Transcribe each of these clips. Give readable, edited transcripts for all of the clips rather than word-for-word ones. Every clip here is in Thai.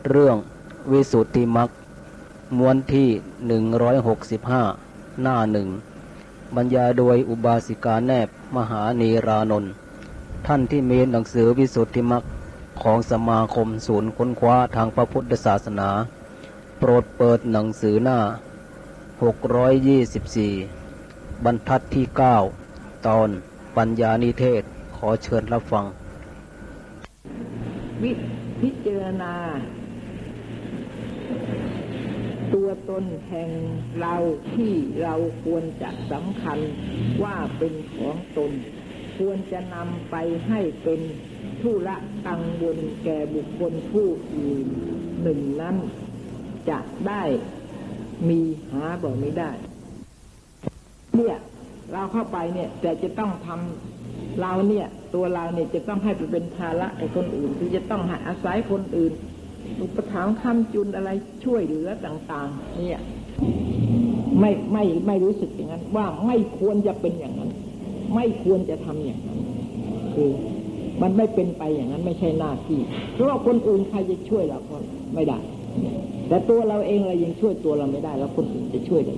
เรื่องวิสุทธิมรรคม้วนที่165หน้าหนึ่งบรรยายโดยอุบาสิกาแนบมหานีรานนท์ท่านที่มีหนังสือวิสุทธิมรรคของสมาคมศูนย์ค้นคว้าทางพระพุทธศาสนาโปรดเปิดหนังสือหน้า624บรรทัดที่9ตอนปัญญานิเทศขอเชิญรับฟังพิจารณาตัวตนแห่งเราที่เราควรจะสำคัญว่าเป็นของตนควรจะนำไปให้เป็นธุระกังวลแก่บุคคลผู้อื่นหนึ่งนั้นจะได้มีหาบ่ไม่ได้เนี่ยเราเข้าไปเนี่ยแต่จะต้องทำเราเนี่ยตัวเราเนี่ยจะต้องให้ไปเป็นภาระไอ้คนอื่นที่จะต้องหาอาศัยคนอื่นอุปถัมภ์ค้ำจุนอะไรช่วยเหลือต่างๆเนี่ยไม่รู้สึกอย่างนั้นว่าไม่ควรจะเป็นอย่างนั้นไม่ควรจะทำอย่างนั้นคือมันไม่เป็นไปอย่างนั้นไม่ใช่หน้าที่เพราะว่าคนอื่นใครจะช่วยเราก็ไม่ได้แต่ตัวเราเองเรายังช่วยตัวเราไม่ได้แล้วคนอื่นจะช่วยได้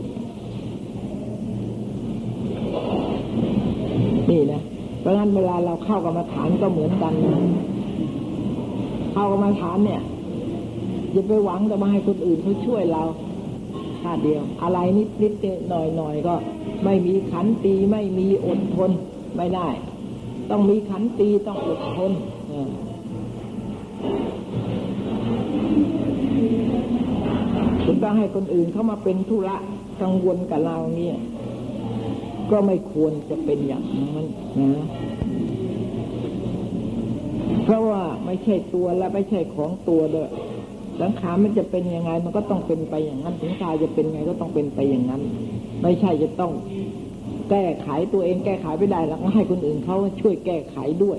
นี่นะเพราะงั้นเวลาเราเข้ากรรมฐานก็เหมือนกันนะเข้ากรรมฐานเนี่ยอย่าไปหวังจะมาให้คนอื่นเขาช่วยเราท่าเดียวอะไรนิดๆหน่อยๆก็ไม่มีขันติไม่มีอดทนไม่ได้ต้องมีขันติต้องอดทนคุณต้องให้คนอื่นเข้ามาเป็นธุระกังวลกับเราเนี่ยก็ไม่ควรจะเป็นอย่างนั้นนะเพราะว่าไม่ใช่ตัวและไม่ใช่ของตัวด้วยสังขารมันจะเป็นยังไงมันก็ต้องเป็นไปอย่างนั้นถึงกายจะเป็นไงก็ต้องเป็นไปอย่างนั้นไม่ใช่จะต้องแก้ไขตัวเองแก้ไขไม่ได้แล้วก็ให้คนอื่นเขาช่วยแก้ไขด้วย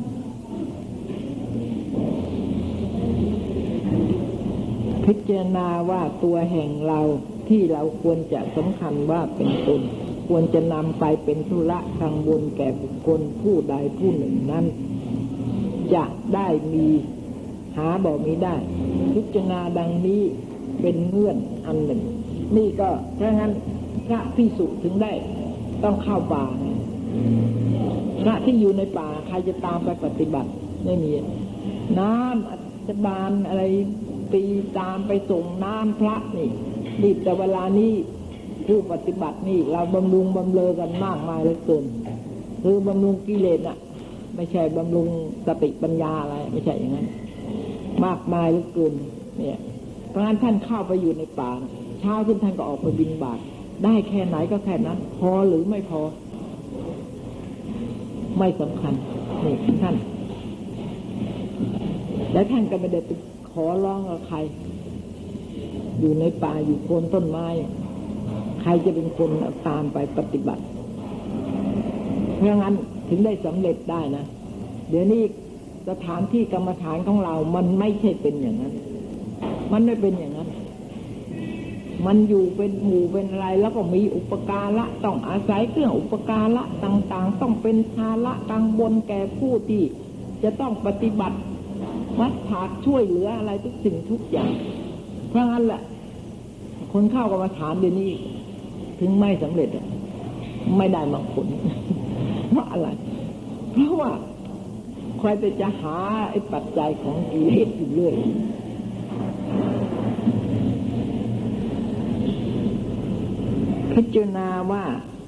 พิจารณาว่าตัวแห่งเราที่เราควรจะสำคัญว่าเป็นตนควรจะนำไปเป็นธุระกังวลแก่บุคคลผู้ใดผู้หนึ่งนั้นจะได้มีหาบ่มีได้พิจารณาดังนี้เป็นเงื่อนอันหนึ่งนี่ก็เพราะงั้นพระภิกษุถึงได้ต้องเข้าป่าพระที่อยู่ในป่าใครจะตามไปปฏิบัติไม่มีน้ำอัศบาลอะไรตีตามไปส่งน้ำพระนี่แต่เวลานี้ผู้ปฏิบัตินี่เราบำรุงบำเรอกันมากมายเหลือเกินคือบำรุงกิเลสไม่ใช่บำรุงสติปัญญาอะไรไม่ใช่อย่างนั้นมากมายเหลือเกินเนี่ยเพราะฉะนั้นท่านเข้าไปอยู่ในป่าเช้าขึ้นท่านก็ออกไปบิณฑบาตได้แค่ไหนก็แค่นั้นพอหรือไม่พอไม่สำคัญนี่ท่านและท่านก็ไม่ได้ไปขอร้องกับใครอยู่ในป่าอยู่โคนต้นไม้ใครจะเป็นคนตามไปปฏิบัติเพราะงั้นถึงได้สำเร็จได้นะเดี๋ยวนี้สถานที่กรรมฐานของเรามันไม่ใช่เป็นอย่างนั้นมันไม่เป็นอย่างนั้นมันอยู่เป็นหมู่เป็นอะไรแล้วก็มีอุปการะต้องอาศัยเครื่องอุปการะต่างๆต้องเป็นภาระกังวลแก่ผู้ที่จะต้องปฏิบัติวัดผาช่วยเหลืออะไรทุกสิ่งทุกอย่างเพราะงั้นแหละคนเข้ากรรมฐานเดี๋ยวนี้ถึงไม่สำเร็จไม่ได้บางผลเพราะอะไรเพราะว่าคอยแต่จะหาไอ้ปัจจัยของกิเลสอยู่เรื่อยพิจารณาว่า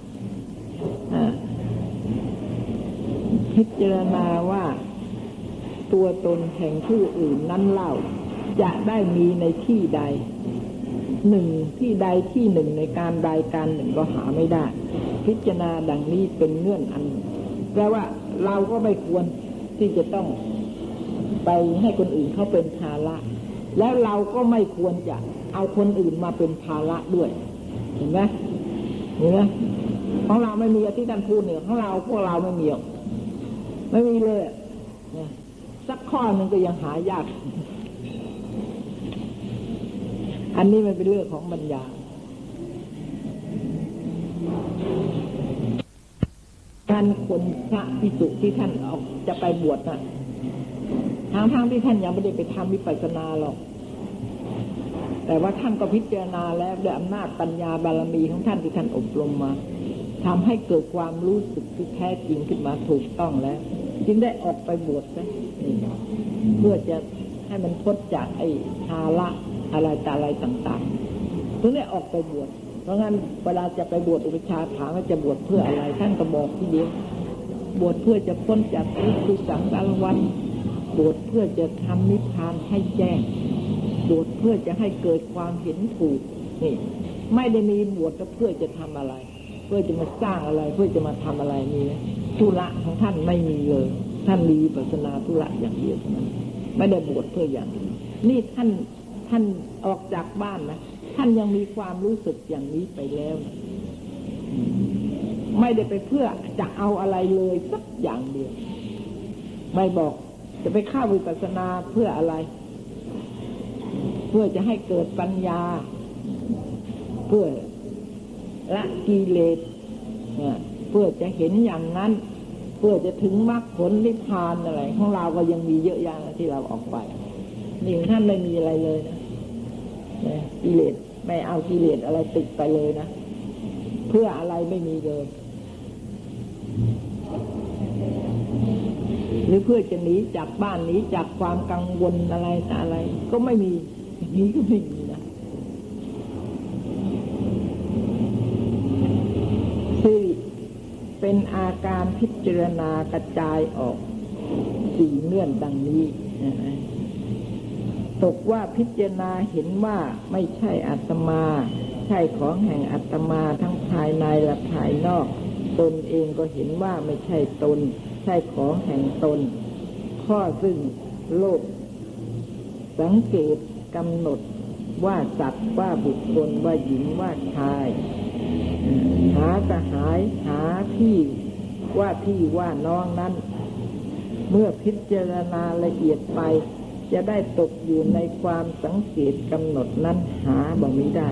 ตัวตนแห่งผู้อื่นนั้นเล่าจะได้มีในที่ใดหนึ่งที่ใดที่หนึ่งในการใดการหนึ่งก็หาไม่ได้พิจารณาดังนี้เป็นเงื่อนอันแปลว่าเราก็ไม่ควรที่จะต้องไปให้คนอื่นเขาเป็นภาระแล้วเราก็ไม่ควรจะเอาคนอื่นมาเป็นภาระด้วยเห็นไหมของเราไม่มีที่ท่านพูดเนี่ยของเราพวกเราไม่มีไม่มีเลยสักข้อหนึ่งก็ยังหายากอันนี้มันเป็นเรื่องของปัญญาท่านคนพระภิกษุที่ท่านออกจะไปบวชทางที่ท่านยังไม่ได้ไปทำวิปัสสนาหรอกแต่ว่าท่านก็พิจารณาแล้วด้วยอำนาจปัญญาบารมีของท่านที่ท่านอบรมมาทำให้เกิดความรู้สึกที่แท้จริงขึ้นมาถูกต้องแล้วจึงได้ออกไปบวชซะเพื่อจะให้มันพ้นจากไอ้ภาระอะไรต่างๆถึงได้ออกไปบวชเพราะงั้นเวลาจะไปบวชอุปชาถามว่าจะบวชเพื่ออะไรท่านก็บอกทีเดียวบวชเพื่อจะพ้นจากทุกข์สังสารวัฏบวชเพื่อจะทำนิพพานให้แจ้งบวชเพื่อจะให้เกิดความเห็นถูกนี่ไม่ได้มีบวชเพื่อจะทำอะไรเพื่อจะมาสร้างอะไรเพื่อจะมาทำอะไรนี่ธุระของท่านไม่มีเลยท่านมีวิปัสสนาธุระอย่างเดียวเท่านั้นไม่ได้บวชเพื่ออย่างนี้นี่ท่านออกจากบ้านนะท่านยังมีความรู้สึกอย่างนี้ไปแล้วนะไม่ได้ไปเพื่อจะเอาอะไรเลยสักอย่างเดียวไม่บอกจะไปเข้าวิปัสสนาเพื่ออะไรเพื่อจะให้เกิดปัญญาเพื่อละกิเลสเพื่อจะเห็นอย่างนั้นเพื่อจะถึงมรรคผลนิพพานอะไรของเราก็ยังมีเยอะแยะที่เราออกไปนี่ท่านไม่มีอะไรเลยนะกิเลสไม่เอากิเลสอะไรติดไปเลยนะเพื่ออะไรไม่มีเลยหรือเพื่อจะหนีจากบ้านหนีจากความกังวลอะไรก็ไม่มีอย่างนี้ก็ไม่มีนะที่เป็นอาการพิจารณากระจายออกสี่เงื่อนดังนี้ตกว่าพิจารณาเห็นว่าไม่ใช่อาตมาใช่ของแห่งอาตมาทั้งภายในและภายนอกตนเองก็เห็นว่าไม่ใช่ตนใช่ของแห่งตนข้อซึ่งโลกสังเกตกำหนดว่าสัตว์ว่าบุคคลว่าหญิงว่าชายหาสหายหาพี่ว่าพี่ว่าน้องนั้นเมื่อพิจารณาละเอียดไปจะได้ตกอยู่ในความสังเกตกำหนดนั้นหาบ่มีได้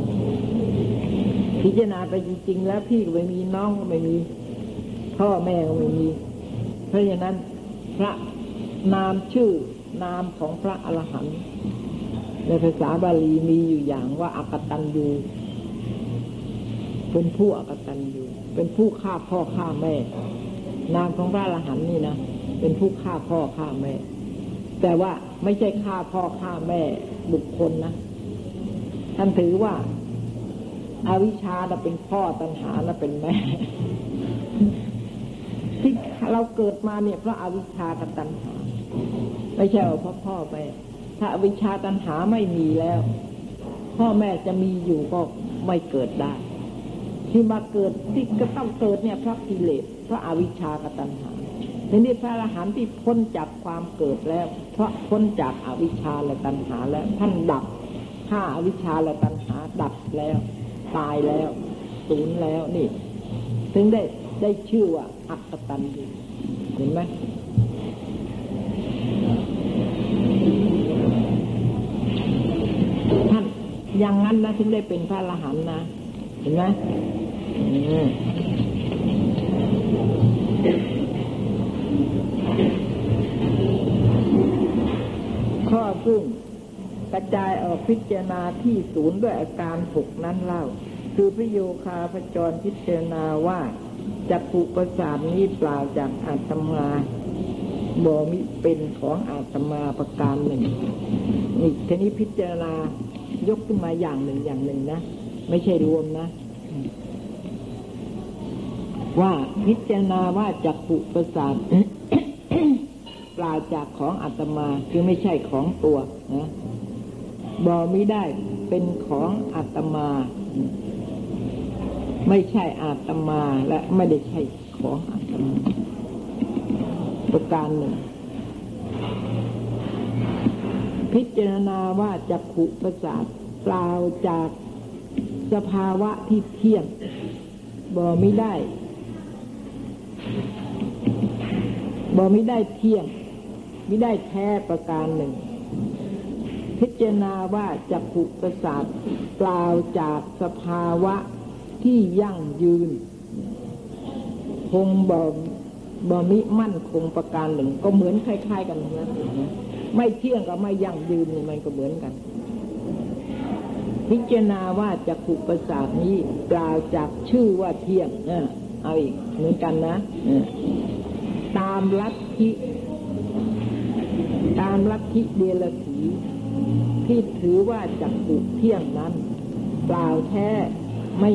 พิจารณาไปจริงๆแล้วพี่ก็ไม่มีน้องก็ไม่มีพ่อแม่ก็ไม่มีเพราะฉะนั้นพระนามชื่อนามของพระอรหันต์ในภาษาบาลีมีอยู่อย่างว่าอกตัญญูเป็นผู้อกตัญญูเป็นผู้ฆ่าพ่อฆ่าแม่นามของพระอรหันต์นี่นะเป็นผู้ฆ่าพ่อฆ่าแม่แต่ว่าไม่ใช่ฆ่าพ่อฆ่าแม่บุคคลนะท่านถือว่าอวิชชาเป็นพ่อตัณหาเป็นแม่ที่เราเกิดมาเนี่ยเพราะอวิชชากับตัณหาไม่ใช่ว่าเพราะพ่อแม่ถ้าอวิชชาตัณหาไม่มีแล้วพ่อแม่จะมีอยู่ก็ไม่เกิดได้ที่มาเกิดที่ก็ต้องเกิดเนี่ยเพราะกิเลสเพราะอวิชชากับตัณหาในนี้พระอรหันต์ที่พ้นจากความเกิดแล้วเพราะพ้นจากอวิชชาและตัณหาแล้วท่านดับฆ่าอวิชชาและตัณหาดับแล้วตายแล้วสูญแล้วนี่ถึงได้ชื่อว่าอัตตัญญูเห็นไหมท่านอย่างนั้นนะถึงได้เป็นพระอรหันต์นะเห็นไหมข้อซึ่งกระจายออกพิจารณาที่ศูนย์ด้วยอาการ6นั้นเล่าคือพระโยคาพจรพิจารณาว่าจักขุประสาทนี้เปล่าจากอาตมาบ่มิเป็นของอาตมาประการหนึ่งนี่ทีนี้พิจารณายกขึ้นมาอย่างหนึ่งนะไม่ใช่รวมนะว่าพิจารณาว่าจักขุประสาท เปล่าจากของอาตมาคือไม่ใช่ของตัวนะบ่มิได้เป็นของอาตมาไม่ใช่อาตมาและไม่ได้ใช่ของอาตมาประการหนึ่งพิจารณาว่าจักขุประสาทเปล่าจากสภาวะที่เที่ยงบ่มิได้เที่ยงมิได้แท้ประการหนึ่งพิจารณาว่าจักขุประสาทเปล่าจากสภาวะที่ยั่งยืนคงบ่มิมั่นคงประการหนึ่งก็เหมือนคล้ายๆกันนะไม่เที่ยงกับไม่ยั่งยืนนี่มันก็เหมือนกันพิจารณาว่าจักขุประสาทนี้กล่าวจากชื่อว่าเที่ยงเอาอีกเหมือนกันนะตามลัทธิเดรัจฉีที่ถือว่าจักขุเที่ยงนั้นกล่าวแท้ไม่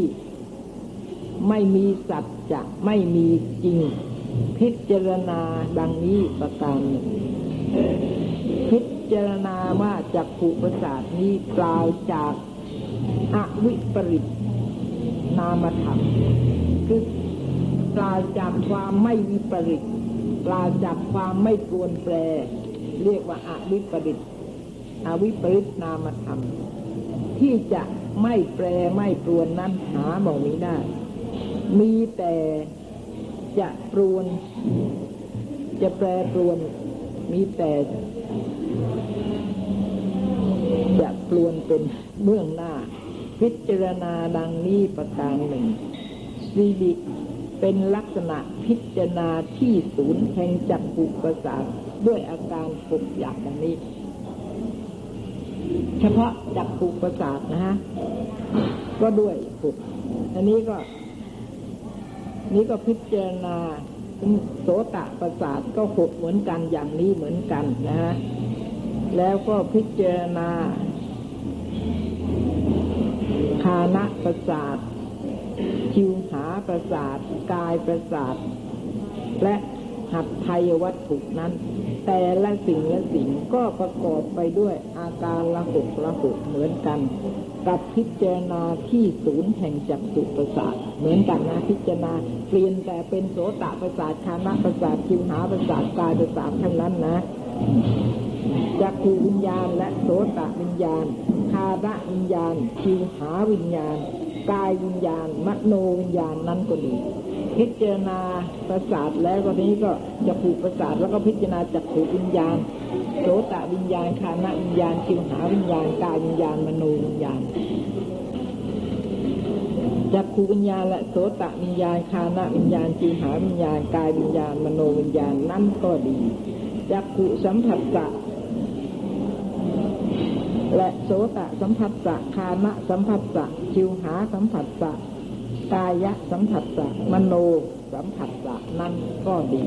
มีสัจจะไม่มีจริงพิจารณาดังนี้ประการหนึ่งพิจารณาว่าจักขุประสาทนี้กล่าวจากอวิปริตนามธรรมคือกล่าวจากความไม่วิปริตกล่าวจากความไม่ปรวนแปรเรียกว่าอวิปริตนามธรรมที่จะไม่แปรไม่ปรวนนั้นหาบอกไม่ได้มีแต่จะปรวนจะแปรปรวนมีแต่จะปรวนเป็นเบื้องหน้าพิจารณาดังนี้ประการหนึ่งสีดิเป็นลักษณะพิจารณาที่ศูนย์แห่งจักขุประสาทด้วยอาการ6อย่างดังนี้เฉพาะจักขุประสาทนะฮะก็ด้วย6อันนี้ก็พิจารณาโสตประสาทก็6เหมือนกันอย่างนี้เหมือนกันนะฮะแล้วก็พิจารณาฆานประสาทชิวหาประสาทกายประสาทและหัตถยวัตถุนั้นแต่ละสิ่งก็ประกอบไปด้วยอาการละหกเหมือนกันกับพิจารณาที่ศูนย์แห่งจักขุประสาทเหมือนกันนะพิจารณาเปลี่ยนแต่เป็นโสตประสาทฆานประสาทชิวหาประสาทกายประสาทเท่านั้นนะจักขุวิญญาณและโสตวิญญาณฆานวิญญาณชิวหาวิญญาณกายวิญญาณมโนวิญญาณนั้นก็ดีพิจารณาประสาทแล้วก็นี้ก็จักขุประสาทแล้วก็พิจารณาจักขุวิญญาณโสตวิญญาณฆานวิญญาณชิวหาวิญญาณกายวิญญาณมโนวิญญาณจักขุวิญญาณและโสตวิญญาณฆานวิญญาณชิวหาวิญญาณกายวิญญาณมโนวิญญาณนั้นก็ดีจักขุสัมผัสสะและโสตสัมผัสสะฆานสัมผัสสะชิวหาสัมผัสสะกายสัมผัสสะมโนสัมผัสสะนั้นก็ดี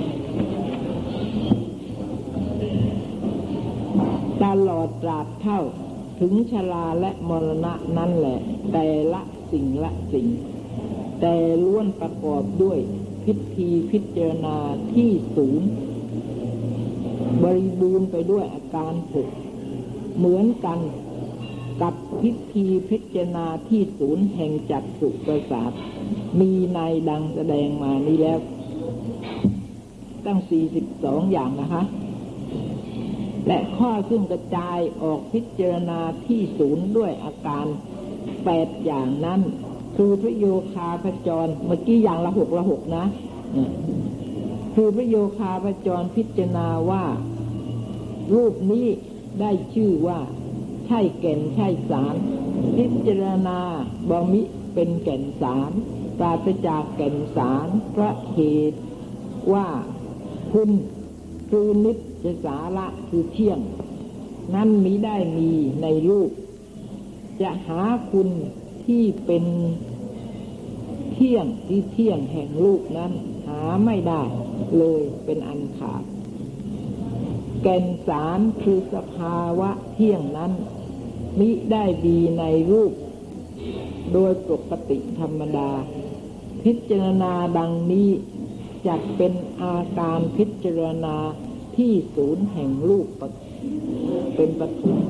ตลอดตราบเท่าถึงชราและมรณะนั่นแหละแต่ละสิ่งแต่ล้วนประกอบด้วยพิจารณาที่ศูนย์บริบูรณ์ไปด้วยอาการ6เหมือนกันกับพิจารณาที่ศูนย์แห่งจักขุประสาทมีในดังแสดงมานี้แล้วตั้ง42อย่างนะคะและข้อซึ่งกระจายออกพิจารณาที่ศูนย์ด้วยอาการ8อย่างนั้นคือพระโยคาพจรเมื่อกี้อย่างละ6นะคือพระโยคาพจรพิจารณาว่ารูปนี้ได้ชื่อว่าใช่แก่นใช่สารพิจารณาบ่มิเป็นแก่นสารปราศจากแก่นสารเพราะเหตุว่าคุณคือนิจจสาระคือเที่ยงนั้นมิได้มีในรูปจะหาคุณที่เป็นเที่ยงแห่งรูปนั้นหาไม่ได้เลยเป็นอันขาดแก่นสารคือสภาวะเที่ยงนั้นมิได้มีในรูปโดยปกติธรรมดาพิจารณาดังนี้จัดเป็นอาการพิจารณาที่ศูนย์แห่งรูปเป็นปฐม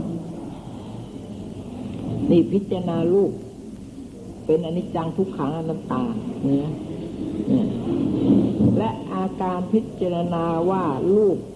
นี่พิจารณารูปเป็นอนิจจังทุกขังอนัตตาเนี่ยและอาการพิจารณาว่ารูป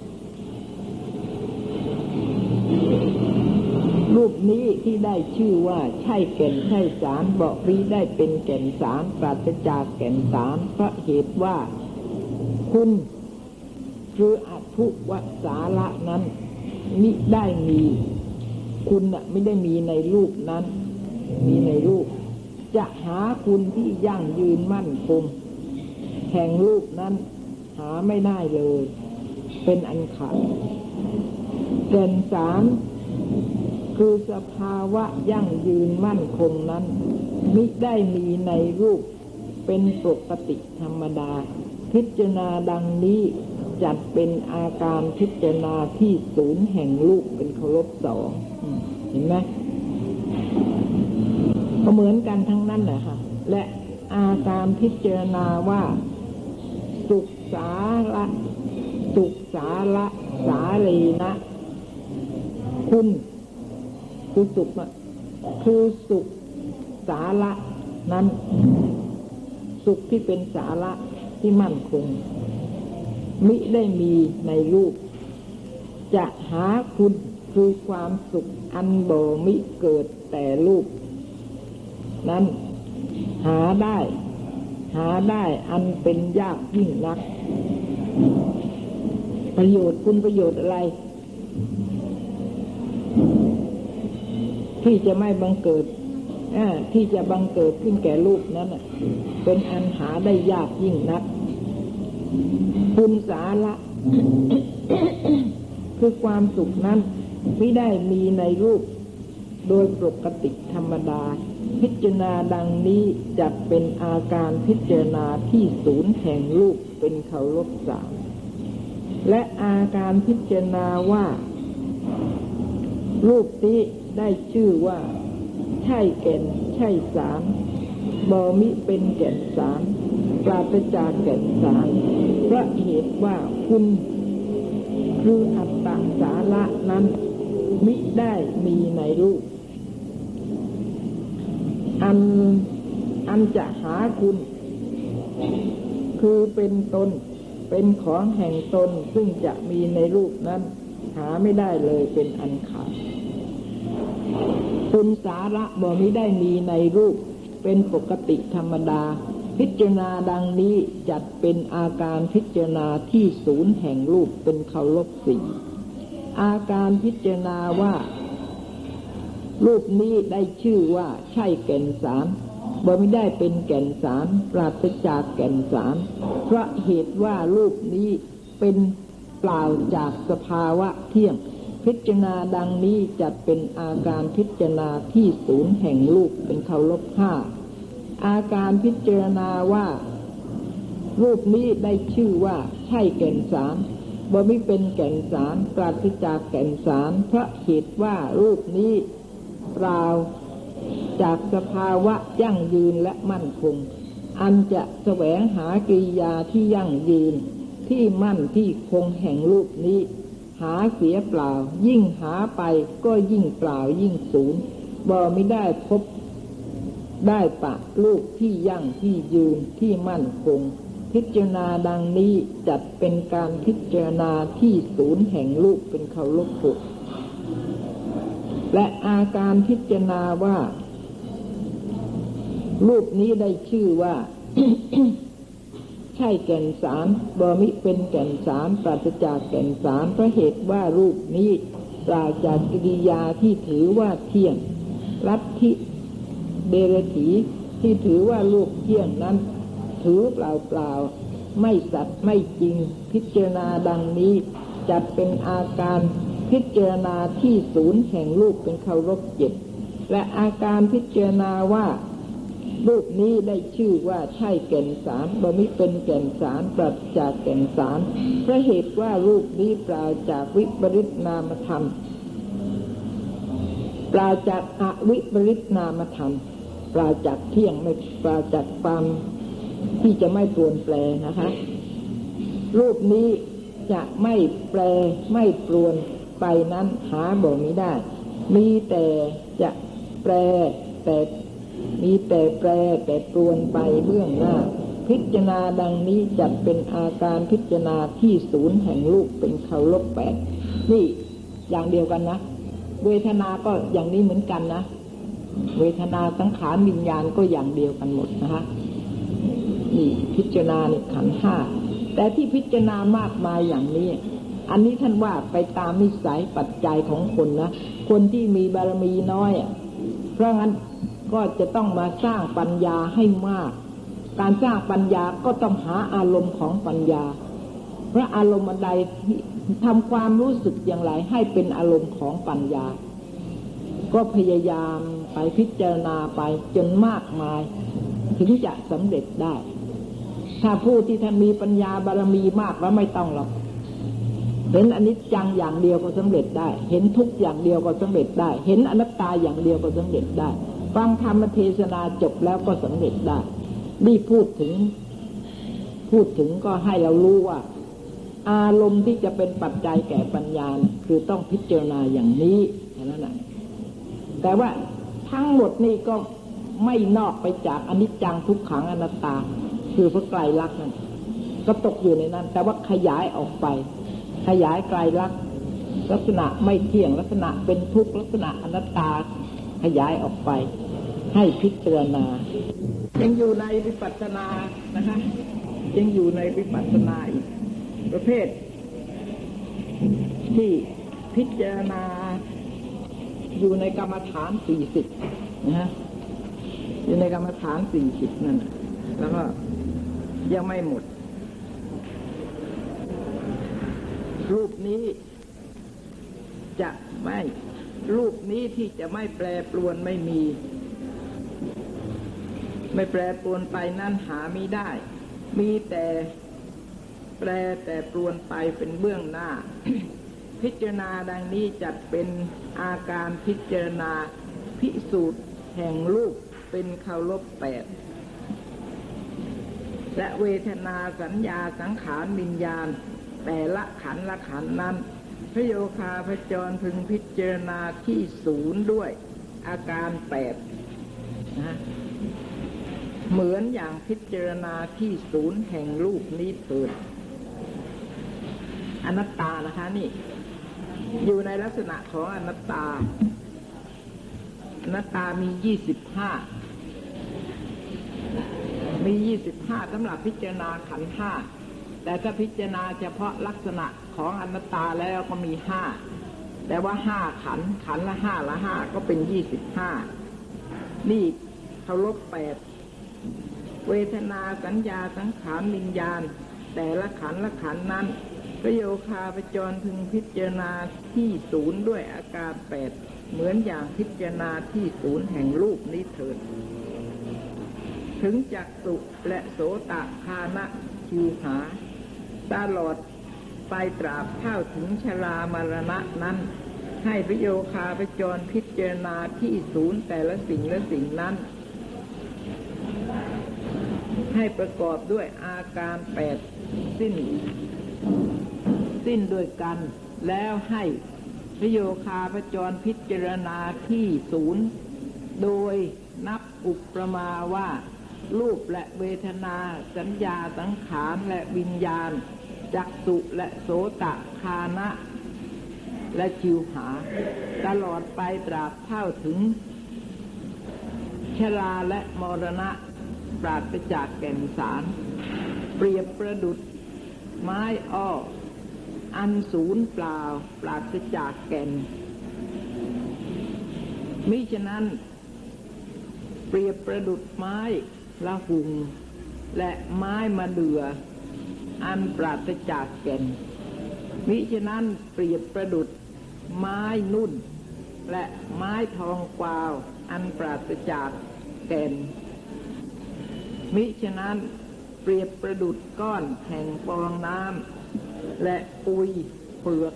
นี้ที่ได้ชื่อว่าใช่แก่นใช่สารบอกรีได้เป็นแก่นสารปราศจากแก่นสารเพราะเหตุว่าคุณคืออัตถุวสาระนั้นมิได้มีคุณไม่ได้มีในรูปนั้นมีในรูปจะหาคุณที่ยั่งยืนมั่นคงแห่งรูปนั้นหาไม่ได้เลยเป็นอันขาดแก่นสารคือสภาวะยั่งยืนมั่นคงนั้นมิได้มีในรูปเป็นปกติธรรมดาพิจารณาดังนี้จัดเป็นอาการพิจารณาที่ศูนย์แห่งรูปเป็นเคารพสองเห็นไหมก็เหมือนกันทั้งนั้นแหละค่ะและอาการพิจารณาว่าสุขสาระสุขสาระสาลีนะคุณคือสุขคือสุขสาระนั้นสุขที่เป็นสาระที่มั่นคงมิได้มีในรูปจะหาคุณคือความสุขอันบ่มิเกิดแต่รูปนั้นหาได้อันเป็นยากยิ่งนักประโยชน์คุณประโยชน์อะไรที่จะไม่บังเกิดที่จะบังเกิดขึ้นแก่รูปนั้นเป็นอันหาได้ยากยิ่งนักคุณสาระ คือความสุขนั้นไม่ได้มีในรูปโดยปกติธรรมดาพิจารณาดังนี้จัดเป็นอาการพิจารณาที่ศูนย์แห่งรูปเป็นเคารพสามและอาการพิจารณาว่ารูปนี้ได้ชื่อว่าใช่แก่นใช่สารบ่มิเป็นแก่นสารปราศจากแก่นสารเพราะเหตุว่าคุณคืออัตตสาระนั้นมิได้มีในรูปอันจะหาคุณคือเป็นตนเป็นของแห่งตนซึ่งจะมีในรูปนั้นหาไม่ได้เลยเป็นอันขาดคุณสาระบ่มิได้มีในรูปเป็นปกติธรรมดาพิจารณาดังนี้จัดเป็นอาการพิจารณาที่ศูนย์แห่งรูปเป็นเคารพสี่อาการพิจารณาว่ารูปนี้ได้ชื่อว่าใช่แก่นสารบ่ไม่ได้เป็นแก่นสารปราศจากแก่นสารเพราะเหตุว่ารูปนี้เป็นเปล่าจากสภาวะเที่ยงพิจารณาดังนี้จัดเป็นอาการพิจารณาที่ศูนย์แห่งรูปเป็นเคารพห้าอาการพิจารณาว่ารูปนี้ได้ชื่อว่าใช่แก่นสารบ่ไม่เป็นแก่นสารปราศจากแก่นสารเพราะเหตุว่ารูปนี้เปล่าจากสภาวะยั่งยืนและมั่นคงอันจะแสวงหากิริยาที่ยั่งยืนที่มั่นที่คงแห่งรูปนี้หาเสียเปล่ายิ่งหาไปก็ยิ่งเปล่ายิ่งสูญบ่ไม่ได้พบได้ปะรูปที่ยั่งที่ยืนที่มั่นคงพิจารณาดังนี้จัดเป็นการพิจารณาที่ศูนย์แห่งรูปเป็นเคารพหกและอาการพิจารณาว่ารูปนี้ได้ชื่อว่า ใช่แก่นสารบ่มิเป็นแก่นสารปราศจากแก่นสารเพราะเหตุว่ารูปนี้ปราศจากกิริยาที่ถือว่าเที่ยงลัทธิเดรัจฉีที่ถือว่ารูปเที่ยงนั้นถือเปล่าๆไม่สัตย์ไม่จริงพิจารณาดังนี้จัดเป็นอาการพิจารณาที่ศูนย์แห่งรูปเป็นเคารพเจ็ดและอาการพิจารณาว่ารูปนี้ได้ชื่อว่าใช่แก่นสารบ่มิเป็นแก่นสารปราศจากแก่นสารเพราะเหตุว่ารูปนี้ปราศจากวิปริตนามธรรมปราศจากอวิปริตนามธรรมปราศจากเที่ยงไม่ปราศจากความที่จะไม่เปลี่ยนแปลงนะคะรูปนี้จะไม่แปรไม่เปลี่ยนไปนั้นหาบ่มิได้มีแต่จะแปรแต่มีแต่แปรแต่เปลี่ยนไปเบื้องหน้าพิจารณาดังนี้จัดเป็นอาการพิจารณาที่ศูนย์แห่งรูปเป็นเคารพแปดนี่อย่างเดียวกันนะเวทนาก็อย่างนี้เหมือนกันนะเวทนาสังขารวิญญาณก็อย่างเดียวกันหมดนะคะนี่พิจารณาในขันธ์ห้าแต่ที่พิจารณามากมายอย่างนี้อันนี้ท่านว่าไปตามนิสัยปัจจัยของคนนะคนที่มีบารมีน้อยเพราะงั้นก็จะต้องมาสร้างปัญญาให้มากการสร้างปัญญาก็ต้องหาอารมณ์ของปัญญาเพราะอารมณ์ใดทำความรู้สึกอย่างไรให้เป็นอารมณ์ของปัญญาก็พยายามไปพิจารณาไปจนมากมายถึงจะสำเร็จได้ถ้าผู้ที่ท่านมีปัญญาบารมีมากแล้วไม่ต้องหรอกเห็นอนิจจังอย่างเดียวก็สำเร็จได้เห็นทุกข์อย่างเดียวก็สำเร็จได้เห็นอนัตตาอย่างเดียวก็สำเร็จได้ฟังธรรมเทศนาจบแล้วก็สำเร็จได้นี่พูดถึงก็ให้เรารู้ว่าอารมณ์ที่จะเป็นปัจจัยแก่ปัญญาคือต้องพิจารณาอย่างนี้แค่นั้นแหละแต่ว่าทั้งหมดนี่ก็ไม่นอกไปจากอนิจจังทุกขังอนัตตาคือพระไตรลักษณ์นั่นก็ตกอยู่ในนั้นแต่ว่าขยายออกไปขยายไตรลักษณ์ลักษณะไม่เที่ยงลักษณะเป็นทุกข์ลักษณะอนัตตาขยายออกไปให้พิจารณายังอยู่ในวิปัสสนานะคะยังอยู่ในวิปัสสนาอีกประเภทที่พิจารณาอยู่ในกรรมฐาน40นะฮะอยู่ในกรรมฐาน40นั่นแล้วก็ยังไม่หมดรูปนี้จะไม่รูปนี้ที่จะไม่แปรปรวนไม่มีไม่แปรปรวนไปนั่นหาไม่ได้มีแต่แปรแต่ปรวนไปเป็นเบื้องหน้า พิจารณาดังนี้จัดเป็นอาการพิจารณาพิสูจน์แห่งรูปเป็นเคารพ8และเวทนาสัญญาสังขารวิญญาณแต่ละขันธ์ละขันธ์นั้นพระโยคาพจรพึงพิจารณาที่ศูนย์ด้วยอาการ8นะเหมือนอย่างพิจารณาที่ศูนย์แห่งรูปนี้เถิดอนัตตานะคะนี่อยู่ในลักษณะของอนัตตาอนัตตามี25สำหรับพิจารณาขันธ์5แต่ถ้าพิจารณาเฉพาะลักษณะของอนัตตาแล้วก็มี5แต่ว่า5ขันธ์ละ5ละ5ก็เป็น25นี่เคารพ8เวทนาสัญญาสังขารวิญญาณแต่ละขันธ์ละขันธ์นั้นพระโยคาพจรพึงพิจารณาที่ศูนย์ด้วยอาการ8เหมือนอย่างพิจารณาที่ศูนย์แห่งรูปนี้เถิดถึงจักษุและโสตคานะชิวหาตลอดไปตราบเท่าถึงชรามรณะนั้นให้พระโยคาพจรพิจารณาที่ศูนย์แต่ละสิ่งละสิ่งนั้นให้ประกอบด้วยอาการ8สิ้นด้วยกันแล้วให้พระโยคาพจรพิจารณาที่ศูนย์โดยนับอุปมาว่ารูปและเวทนาสัญญาสังขารและวิญญาณจักษุและโสตคานะและชิวหาตลอดไปตราบเท่าถึงชราและมรณะปราศจากแก่นสารเปรียบประดุจไม้อ้ออันศูนย์เปล่าปราศจากแก่นมิฉะนั้นเปรียบประดุจไม้ละหุงและไม้มะเดื่ออันปราศจากแก่นมิฉะนั้นเปรียบประดุจไม้นุ่นและไม้ทองกวาวอันปราศจากแก่นมิฉะนั้นเปรียบประดุจก้อนแห่งฟองน้ำและปุยเปลื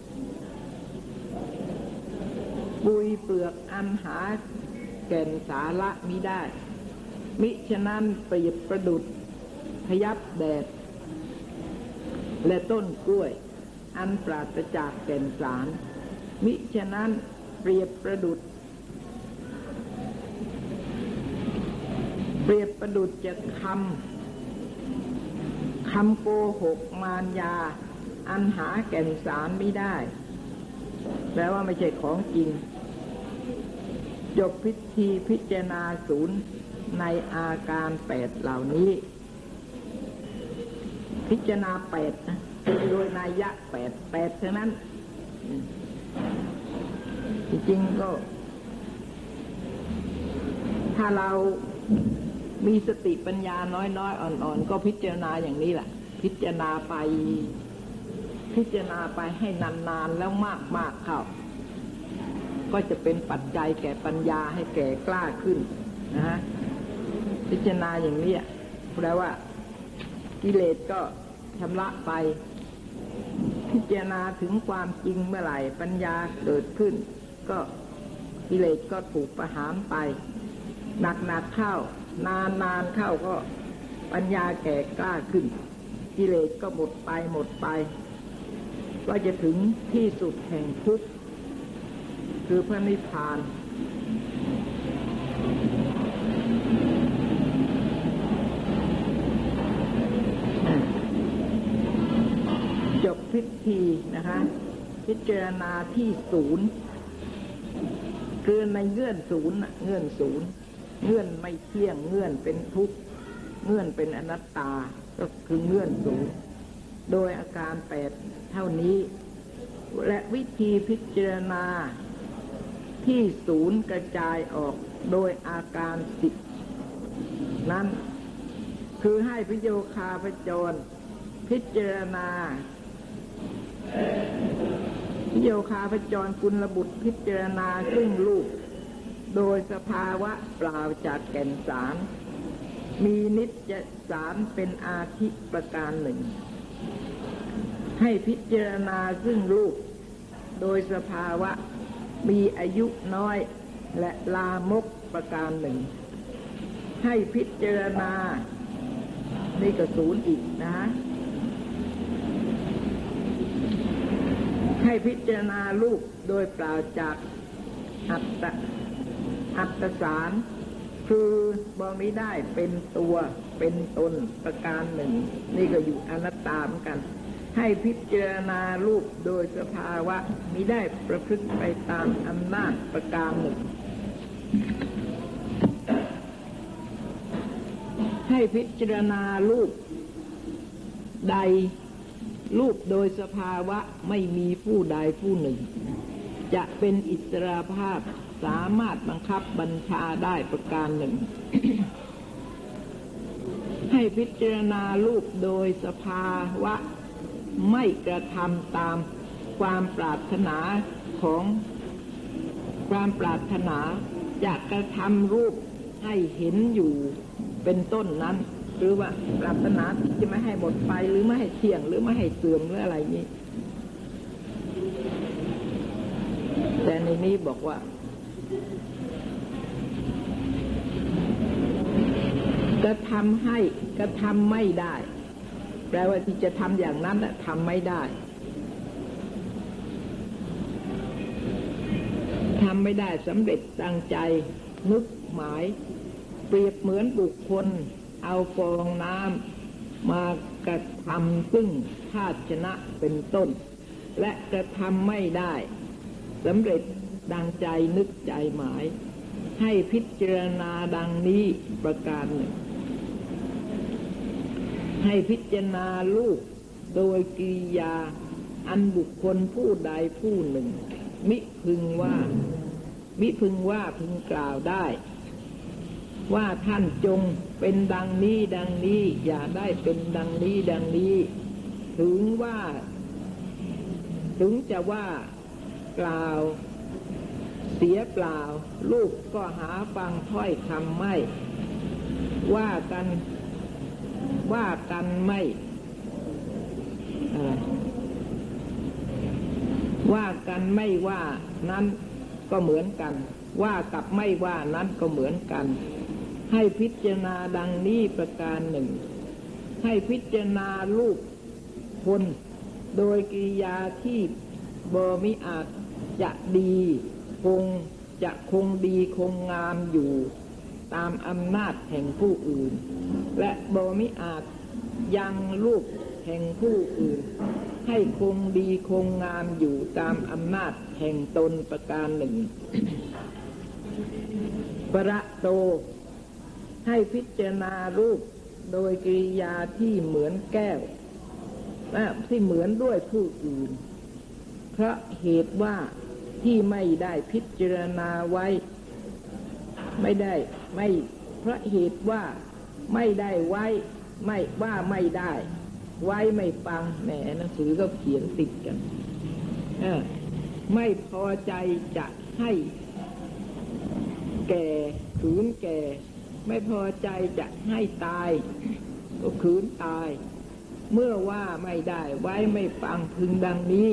อกอันหาแก่นสาระมิได้มิฉะนั้นเปรียบประดุจพยับแดดและต้นกล้วยอันปราศจากแก่นสารมิฉะนั้นเปรียบประดุจจะคำโกหกมารยาอันหาแก่นสารไม่ได้แปลว่าไม่ใช่ของจริงจบพิธีพิจารณาศูนย์ในอาการ8เหล่านี้พิจารณา8นะโดยนัยยะ8เท่านั้นจริงๆก็ถ้าเรามีสติปัญญาน้อยๆอ่อนๆก็พิจารณาอย่างนี้แหละพิจารณาไปให้นานๆแล้วมากๆเข้าก็จะเป็นปัจจัยแก่ปัญญาให้แก่กล้าขึ้นนะฮะพิจารณาอย่างนี้แปลว่ากิเลสก็ชำระไปพิจารณาถึงความจริงเมื่อไหร่ปัญญาเกิดขึ้นก็กิเลสก็ถูกประหารไปหนักเข้านานเข้าก็ปัญญาแก่กล้าขึ้นกิเลสก็หมดไปก็จะถึงที่สุดแห่งทุกข์คือพระนิพพานจบพิธีนะคะพิจารณาที่ศูนย์คือในเงื่อนศูนย์เงื่อนไม่เที่ยงเงื่อนเป็นทุกข์เงื่อนเป็นอนัตตาก็คือเงื่อนศูนย์โดยอาการ8เท่านี้และวิธีพิจารณาที่ศูนย์กระจายออกโดยอาการ10นั้นคือให้พโยคาพจรพิจารณาพโยคาพจรกุลบุตรพิจารณาซึ่งรูปโดยสภาวะเปล่าจากแก่นสารมีนิจจสารเป็นอาทิประการหนึ่งให้พิจารณาซึ่งรูปโดยสภาวะมีอายุน้อยและลามกประการหนึ่งให้พิจารณานี่ก็ศูนย์อีกนะฮะให้พิจารณารูปโดยเปล่าจากอัตตสารคือบอกไม่ได้เป็นตัวเป็นตนประการหนึ่งนี่ก็อยู่อนัตตาเหมือนกันให้พิจารณารูปโดยสภาวะมิได้ประพฤติไปตามอำนาจประการหนึ่งให้พิจารณารูปใดรูปโดยสภาวะไม่มีผู้ใดผู้หนึ่งจะเป็นอิสรภาพสามารถบังคับบัญชาได้ประการหนึ่ง ให้พิจารณารูปโดยสภาวะไม่กระทำตามความปรารถนาของความปรารถนาจะกระทำรูปให้เห็นอยู่เป็นต้นนั้นหรือว่าปรารถนาที่จะไม่ให้หมดไปหรือไม่ให้เที่ยงหรือไม่ให้เสื่อมหรืออะไรนี้แต่ในนี้บอกว่ากระทำให้กระทำไม่ได้แปลว่าที่จะทำอย่างนั้นทำไม่ได้ทำไม่ได้สำเร็จตั้งใจนึกหมายเปรียบเหมือนบุคคลเอาฟองน้ำมากระทำซึ่งภาชนะเป็นต้นและกระทำไม่ได้สำเร็จดังใจนึกใจหมายให้พิจารณาดังนี้ประการหนึ่งให้พิจารณารูปโดยกิริยาอันบุคคลผู้ใดผู้หนึ่งมิพึงว่าพึงกล่าวได้ว่าท่านจงเป็นดังนี้อย่าได้เป็นดังนี้ถึงจะว่ากล่าวเสียเปล่าลูกก็หาฟังถ้อยคำไม่ว่ากันไม่ว่ากันไม่ว่านั้นก็เหมือนกันว่ากับไม่ว่านั้นก็เหมือนกันให้พิจารณาดังนี้ประการหนึ่งให้พิจารณารูปคนโดยกิริยาที่บ่มิอาจจะดีคงดีคงงามอยู่ตามอำนาจแห่งผู้อื่นและบ่มิอาจยังรูปแห่งผู้อื่นให้คงดีคงงามอยู่ตามอำนาจแห่งตนประการหนึ่ง ประโตให้พิจารณารูปโดยกิริยาที่เหมือนแก้วที่เหมือนด้วยผู้อื่นเพราะเหตุว่าที่ไม่ได้พิจารณาไว้เพราะเหตุว่าไม่ได้ไว้ไม่ว่าไม่ได้ไว้ไม่ฟังหนังสือก็เขียนติดกันไม่พอใจจะให้แก่ขืนแก่ไม่พอใจจะให้ตายก็ขืนตายเมื่อว่าไม่ได้ไว้ไม่ฟังพึงดังนี้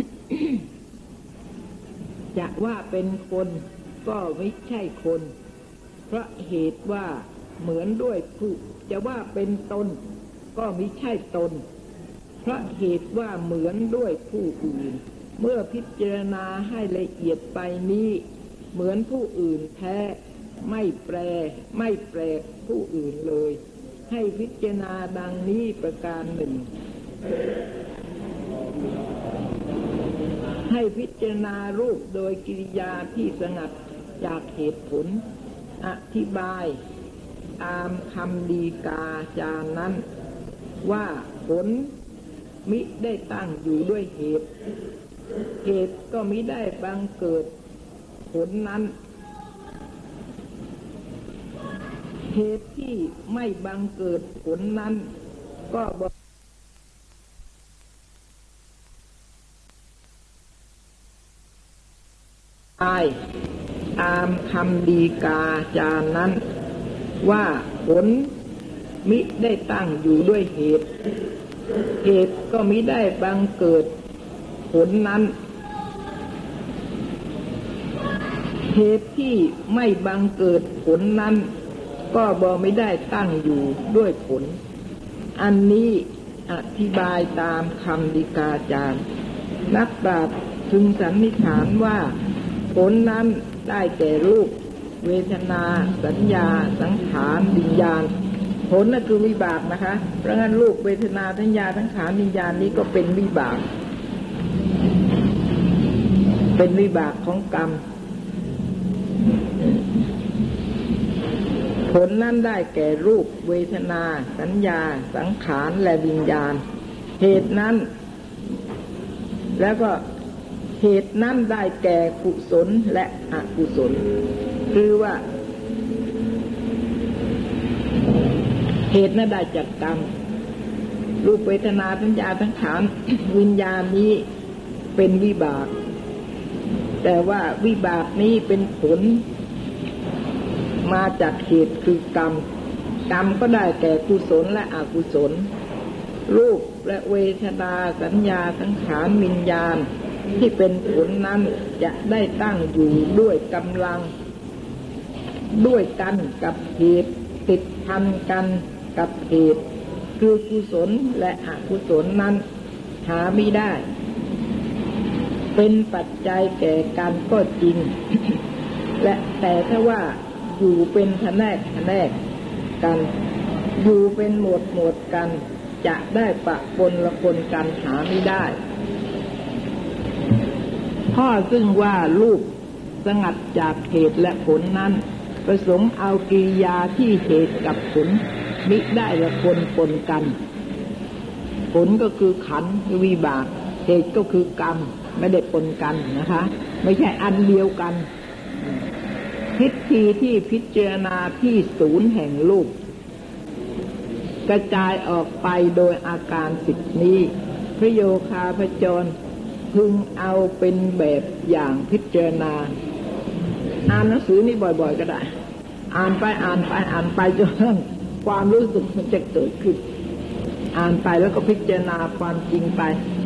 จะว่าเป็นคนก็ไม่ใช่คนเพราะเหตุว่าเหมือนด้วยผู้จะว่าเป็นตนก็ไม่ใช่ตนเพราะเหตุว่าเหมือนด้วยผู้อื่นเมื่อพิจารณาให้ละเอียดไปนี้เหมือนผู้อื่นแท้ไม่แปลกผู้อื่นเลยให้พิจารณาดังนี้ประการหนึ่งให้พิจารณารูปโดยกิริยาที่สงัดจากเหตุผลอธิบายตามคำฎีกาจานั้นว่าผลมิได้ตั้งอยู่ด้วยเหตุก็มิได้บังเกิดผลนั้นเหตุที่ไม่บังเกิดผลนั้นก็ตามคำฎีกาจานั้นว่าผลมิได้ตั้งอยู่ด้วยเหตุก็มิได้บังเกิดผลนั้นเหตุที่ไม่บังเกิดผลนั้นก็บ่ไม่ได้ตั้งอยู่ด้วยผลอันนี้อธิบายตามคำฎีกาจารย์นักปราชญ์พึงสันนิษฐานว่าผลนั้นได้แก่รูปเวทนาสัญญาสังขารวิญญาณผลนั่นคือวิบากนะคะเพราะงั้นรูปเวทนาสัญญาสังขารวิญญาณนี้ก็เป็นวิบากของกรรมผลนั้นได้แก่รูปเวทนาสัญญาสังขารและวิญญาณเหตุนั้นแล้วก็เหตุนั้นได้แก่กุศลและอกุศลคือว่าเหตุนั้นได้จากกรรมรูปเวทนาสัญญาสังขารวิญญาณนี้เป็นวิบากแต่ว่าวิบากนี้เป็นผลมาจากเหตุคือกรรมก็ได้แก่กุศลและอกุศลรูปและเวทนาสัญญาสังขารวิญญาณที่เป็นผลนั้นจะได้ตั้งอยู่ด้วยกำลังด้วยกันกับเหตุติดพันกันกับเหตุคือกุศลและอกุศลนั้นหาไม่ได้เป็นปัจจัยแก่กันก็จริง และแต่ถ้าว่าอยู่เป็นแผนกกันอยู่เป็นหมวดกันจะได้ปะปนละคนกันหาไม่ได้ข้อซึ่งว่ารูปสงัดจากเหตุและผลนั้นประสงค์เอากิริยาที่เหตุกับผลมิได้ละคนปนกันผลก็คือขันธ์คือวิบากเหตุก็คือกรรมไม่ได้ปนกันนะคะไม่ใช่อันเดียวกันพิธีที่พิจารณาที่ศูนย์แห่งรูปกระจายออกไปโดยอาการ10นี้พระโยคาพจรพึงเอาเป็นแบบอย่างพิจารณาอ่านหนังสือนี่บ่อยๆก็ได้อ่านไปจนความรู้สึกมันจะเกิดขึ้นอ่านไปแล้วก็พิจารณาความจริงไป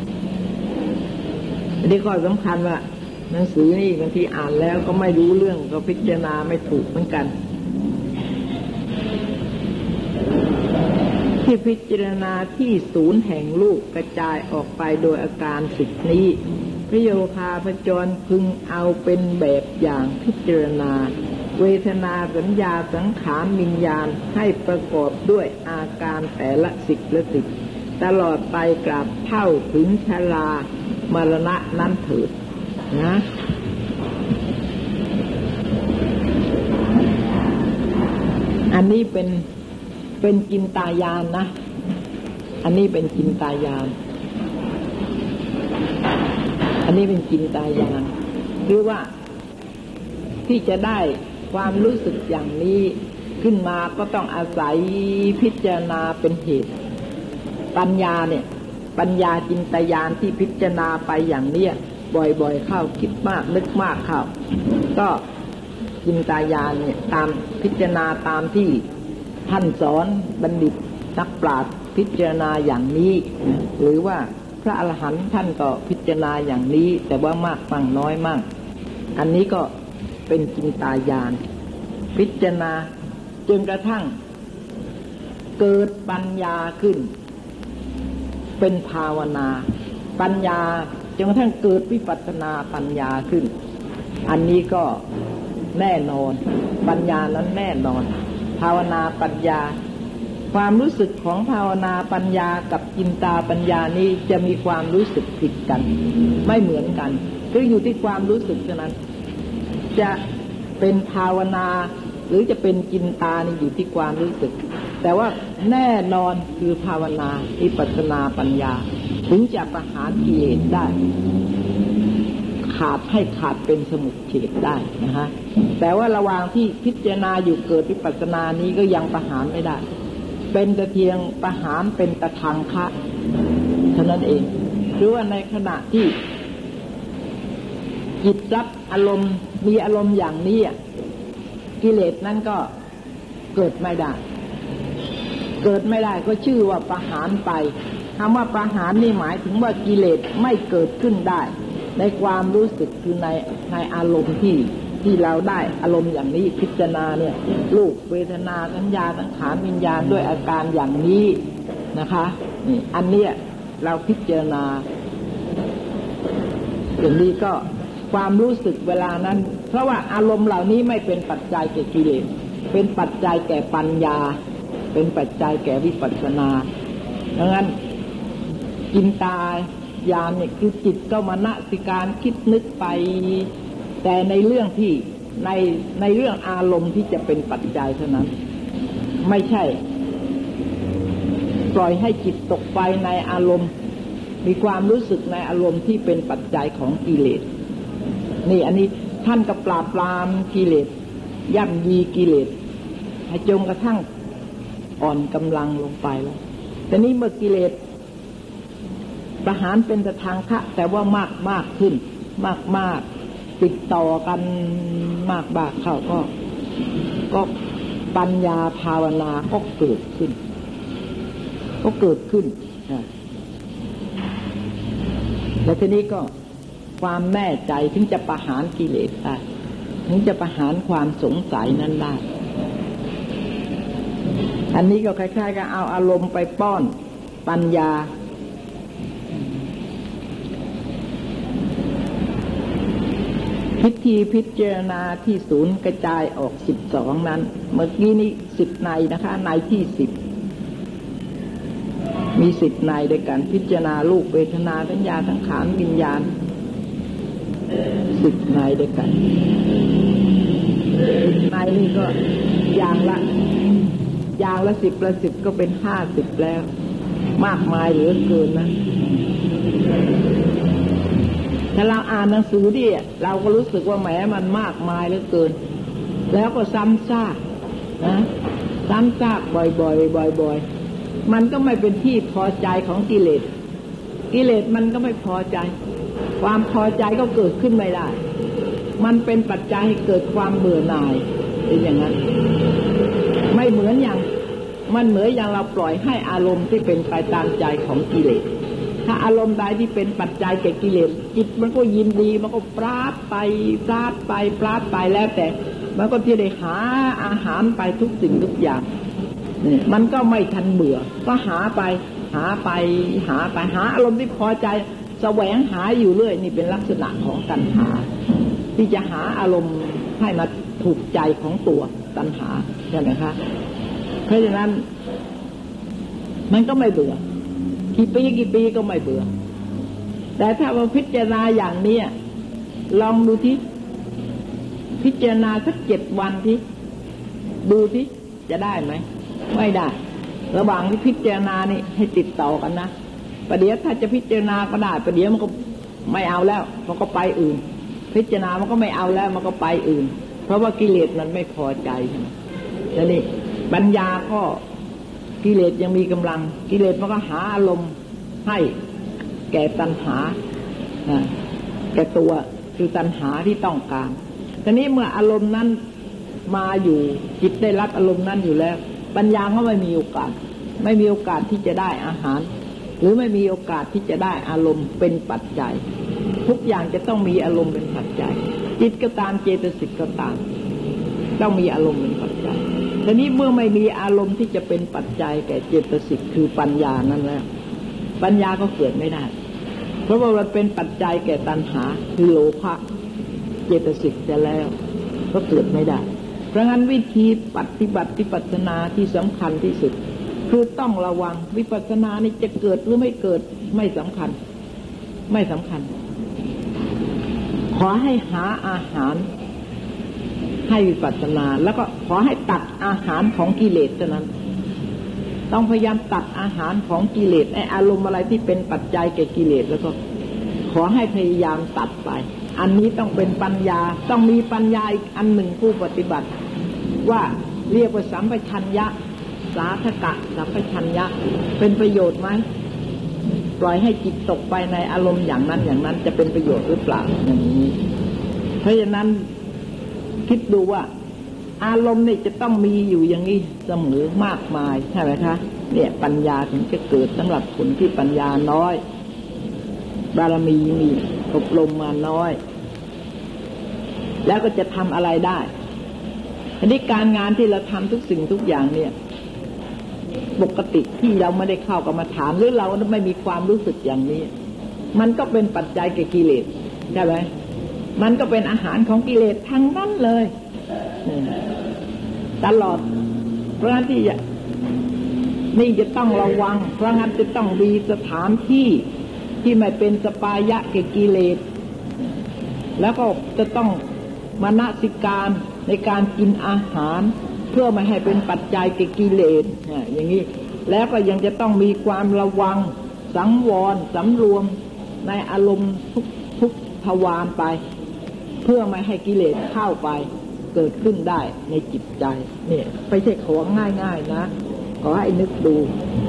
อันนี้ข้อสำคัญว่าหนังสือนี่บางทีอ่านแล้วก็ไม่รู้เรื่องก็พิจารณาไม่ถูกเหมือนกันที่พิจารณาที่ศูนย์แห่งรูปกระจายออกไปโดยอาการ10นี้พระโยคาพจรพึงเอาเป็นแบบอย่างพิจารณาเวทนาสัญญาสังขารวิญญาณให้ประกอบด้วยอาการแต่ละ10ตลอดไปกราบเท่าถึงชรามรณะนั้นเถิดนะอันนี้เป็นจินตายานนะอันนี้เป็นจินตายานคือว่าที่จะได้ความรู้สึกอย่างนี้ขึ้นมาก็ต้องอาศัยพิจารณาเป็นเหตุปัญญาจินตายานที่พิจารณาไปอย่างเนี้ยบ่อยๆเข้าคิดมากนึกมากเข้าก็จินตญาณเนี่ยตามพิจารณาตามที่ท่านสอนบัณฑิตนักปราชญ์พิจารณาอย่างนี้หรือว่าพระอรหันต์ท่านก็พิจารณาอย่างนี้แต่ว่ามากมั่งน้อยมั่งอันนี้ก็เป็นจินตญาณพิจารณาจนกระทั่งเกิดปัญญาขึ้นเป็นภาวนาปัญญาจนกระทั่งเกิดวิปัสสนาปัญญาขึ้นอันนี้ก็แน่นอนปัญญานั้นแน่นอนภาวนาปัญญาความรู้สึกของภาวนาปัญญากับจินตาปัญญานี้จะมีความรู้สึกผิดกันไม่เหมือนกันคืออยู่ที่ความรู้สึกเท่านั้นจะเป็นภาวนาหรือจะเป็นจินตานี่อยู่ที่ความรู้สึกแต่ว่าแน่นอนคือภาวนาวิปัสสนาปัญญาถึงจะประหารกิเลสได้ขาดให้ขาดเป็นสมุจเฉทได้นะฮะแต่ว่าระหว่างที่พิจารณาอยู่เกิดวิปัสสนานี้ก็ยังประหารไม่ได้เป็นแต่เพียงประหารเป็นตะทางคะเท่านั้นเองหรือว่าในขณะที่จิตรับอารมณ์มีอารมณ์อย่างนี้กิเลสนั้นก็เกิดไม่ได้ก็ชื่อว่าประหารไปคำว่าประหารนี่หมายถึงว่ากิเลสไม่เกิดขึ้นได้ในความรู้สึกคือในอารมณ์ที่เราได้อารมณ์อย่างนี้พิจารณาเนี่ยรูปเวทนาสัญญาสังขารวิญญาณด้วยอาการอย่างนี้นะคะนี่อันเนี้ยเราพิจารณาอย่างนี้ก็ความรู้สึกเวลานั้นเพราะว่าอารมณ์เหล่านี้ไม่เป็นปัจจัยแก่กิเลสเป็นปัจจัยแก่ปัญญาเป็นปัจจัยแก่วิปัสสนาดังนั้นจินตญาณเนี่ยคือจิตก็มนสิการคิดนึกไปแต่ในเรื่องที่ในเรื่องอารมณ์ที่จะเป็นปัจจัยเท่านั้นไม่ใช่ปล่อยให้จิตตกไปในอารมณ์มีความรู้สึกในอารมณ์ที่เป็นปัจจัยของกิเลสนี่อันนี้ท่านก็ปราบปรามกิเลสย่ำยีกิเลสให้จนกระทั่งอ่อนกำลังลงไปแล้วแต่นี้เมื่อกิเลสประหารเป็นแต่ทางคะแต่ว่ามากขึ้นมากติดต่อกันมากบากเข้าก็ปัญญาภาวนาก็เกิดขึ้นแล้วทีนี้ก็ความแน่ใจถึงจะประหารกิเลสได้ถึงจะประหารความสงสัยนั้นได้อันนี้ก็คล้ายๆกับเอาอารมณ์ไปป้อนปัญญาพิจารณาที่ศูนย์กระจายออก12นั้นเมื่อกี้นี้10ในนะคะในที่10มี10ในด้วยกันพิจารณารูปเวทนาสัญญาสังขารวิญญาณ10ในด้วยกันในนี่ก็อย่างละ10ละ10ก็เป็น50แล้วมากมายเหลือเกินนะถ้าเราอ่านหนังสือดิเราก็รู้สึกว่าแหมมันมากมายเหลือเกินแล้วก็ซ้ำซากนะซ้ำซากบ่อยมันก็ไม่เป็นที่พอใจของกิเลสมันก็ไม่พอใจความพอใจก็เกิดขึ้นไม่ได้มันเป็นปัจจัยให้เกิดความเบื่อหน่ายเป็นอย่างนั้นไม่เหมือนอย่างเราปล่อยให้อารมณ์ที่เป็นไปตามใจของกิเลสถ้าอารมณ์ใดที่เป็นปัจจัยแก่กิเลสจิตมันก็ยินดีมันก็ปราดไปแล้วแต่มันก็ที่ได้หาอาหารไปทุกสิ่งทุกอย่างนี่มันก็ไม่ทันเบื่อก็หาอารมณ์ที่พอใจแสวงหาอยู่เรื่อยนี่เป็นลักษณะของตัณหาที่จะหาอารมณ์ให้มาถูกใจของตัวตัณหาใช่ไหมคะเพราะฉะนั้นมันก็ไม่เบื่อกี่ปีก็ไม่เบื่อแต่ถ้าเราพิจารณาอย่างนี้ลองดูที่พิจารณาสัก7 วันที่ดูที่จะได้ไหมไม่ได้ระหว่างที่พิจารณานี่ให้ติดต่อกันนะประเดี๋ยวถ้าจะพิจารณาก็ได้ประเดี๋ยวมันก็ไม่เอาแล้วมันก็ไปอื่นพิจารณามันก็ไม่เอาแล้วมันก็ไปอื่นเพราะว่ากิเลสมันไม่พอใจแล้วนี่ปัญญาก็กิเลสยังมีกำลังกิเลสมันก็หาอารมณ์ให้แก่ตัณหาก่ตัวคือตัณหาที่ต้องการทีนี้เมื่ออารมณ์นั้นมาอยู่จิตได้รับอารมณ์นั้นอยู่แล้วปัญญาก็ไม่มีโอกาสที่จะได้อาหารหรือไม่มีโอกาสที่จะได้อารมณ์เป็นปัจจัยทุกอย่างจะต้องมีอารมณ์เป็นปัจจัยจิตก็ตามเจตสิกก็ตามต้องมีอารมณ์เป็นปัจจัยทีนี้เมื่อไม่มีอารมณ์ที่จะเป็นปัจจัยแก่เจตสิกคือปัญญานั้นแล้วปัญญาก็เกิดไม่ได้เพราะว่ามันเป็นปัจจัยแก่ตัณหาคือโลภะเจตสิกจะแล้วก็เกิดไม่ได้เพราะงั้นวิธีปฏิบัติวิปัสสนาที่สำคัญที่สุดคือต้องระวังวิปัสสนานี่จะเกิดหรือไม่เกิดไม่สำคัญขอให้หาอาหารให้วิปัสสนาแล้วก็ขอให้ตัดอาหารของกิเลสเท่านั้นต้องพยายามตัดอาหารของกิเลสไอ้อารมณ์อะไรที่เป็นปัจจัยแก่กิเลสแล้วก็ขอให้พยายามตัดไปอันนี้ต้องเป็นปัญญาต้องมีปัญญาอีกอันหนึ่งผู้ปฏิบัติว่าเรียกว่าสัมปชัญญะสาธกะสัมปชัญญะเป็นประโยชน์ไหมปล่อยให้จิตตกไปในอารมณ์อย่างนั้นจะเป็นประโยชน์หรือเปล่าอย่างนี้เพราะฉะนั้นคิดดูว่าอารมณ์นี่จะต้องมีอยู่อย่างนี้เสมอมากมายใช่ไหมคะเนี่ยปัญญาถึงจะเกิดสำหรับคนที่ปัญญาน้อยบารมีมีอบรมมาน้อยแล้วก็จะทำอะไรได้อันนี้การงานที่เราทำทุกสิ่งทุกอย่างเนี่ยปกติที่เราไม่ได้เข้ากรรมฐานหรือเราไม่มีความรู้สึกอย่างนี้มันก็เป็นปัจจัยแก่กิเลสใช่ไหมมันก็เป็นอาหารของกิเลสทั้งนั้นเลยตลอดเพราะงั้นนี่จะต้องระวังเพราะงั้นจะต้องมีสถานที่ที่ไม่เป็นสปายะแก่กิเลสแล้วก็จะต้องมนสิการในการกินอาหารเพื่อไม่ให้เป็นปัจจัยแก่กิเลสอย่างนี้แล้วก็ยังจะต้องมีความระวังสังวรสำรวมในอารมณ์ทุกทวารไปเพื่อไม่ให้กิเลสเข้าไปเกิดขึ้นได้ในจิตใจเนี่ยไม่ใช่ของง่ายๆนะขอให้นึกดู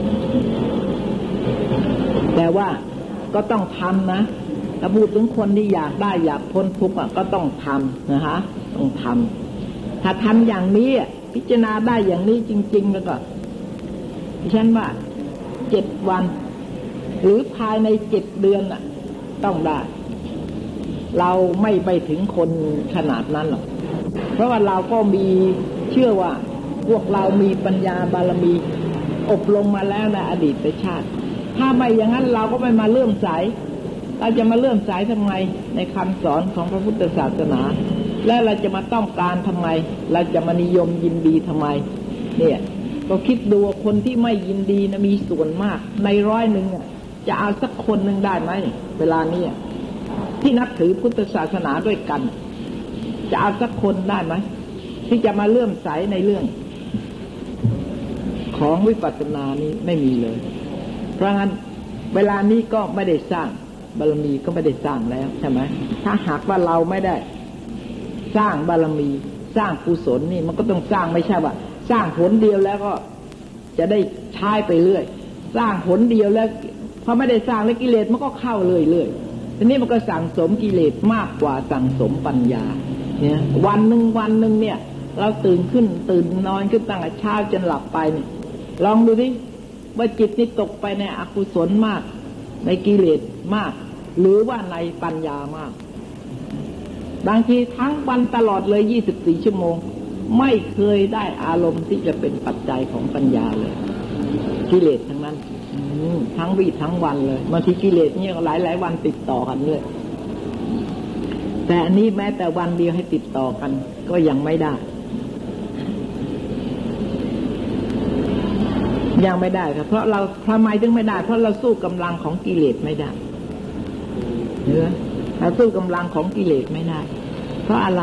แต่ว่าก็ต้องทำนะถ้าพูดถึงคนที่อยากได้อยากพ้นทุกข์ก็ต้องทำนะคะต้องทำถ้าทำอย่างนี้พิจารณาได้อย่างนี้จริงๆแล้วก็ฉันว่า7 วันหรือภายใน7 เดือนน่ะต้องได้เราไม่ไปถึงคนขนาดนั้นหรอกเพราะว่าเราก็มีเชื่อว่าพวกเรามีปัญญาบารมีอบรมมาแล้วในอดีตชาติถ้าไม่อย่างนั้นเราก็ไม่มาเลื่อมใสเราจะมาเลื่อมใสทำไมในคำสอนของพระพุทธศาสนาและเราจะมาต้องการทำไมเราจะมานิยมยินดีทำไมเนี่ยก็คิดดูคนที่ไม่ยินดีนะมีส่วนมากใน100จะเอาสักคนหนึ่งได้ไหมเวลานี้ที่นับถือพุทธศาสนาด้วยกันจะเอาสักคนได้ไหมที่จะมาเลื่อมใสในเรื่องของวิปัสสนานี้ไม่มีเลยเพราะงั้นเวลานี้ก็ไม่ได้สร้างบารมีก็ไม่ได้สร้างแล้วใช่ไหมถ้าหากว่าเราไม่ได้สร้างบารมีสร้างกุศลนี่มันก็ต้องสร้างไม่ใช่ว่าสร้างผลเดียวแล้วก็จะได้ใช้ไปเรื่อยสร้างผลเดียวแล้วพอไม่ได้สร้างแล้วกิเลสมันก็เข้าเรื่อยๆทีนี้มันก็สั่งสมกิเลสมากกว่าสั่งสมปัญญาเนี่ยวันหนึ่งเนี่ยเราตื่นนอนขึ้นตั้งแต่เช้าจนหลับไปนี่ลองดูดิว่าจิตนี่ตกไปในอกุศลมากในกิเลสมากหรือว่าในปัญญามากบางทีทั้งวันตลอดเลย24 ชั่วโมงไม่เคยได้อารมณ์ที่จะเป็นปัจจัยของปัญญาเลยกิเลสทั้งนั้นทั้งวี่ทั้งวันเลยบางทีกิเลสเนี่ยหลายวันติดต่อกันเลยแต่อันนี้แม้แต่วันเดียวให้ติดต่อกันก็ยังไม่ได้ยังไม่ได้ครับเพราะเราทำไมถึงไม่ได้เพราะเราสู้กำลังของกิเลสไม่ได้เราสู้กำลังของกิเลสไม่ได้เพราะอะไร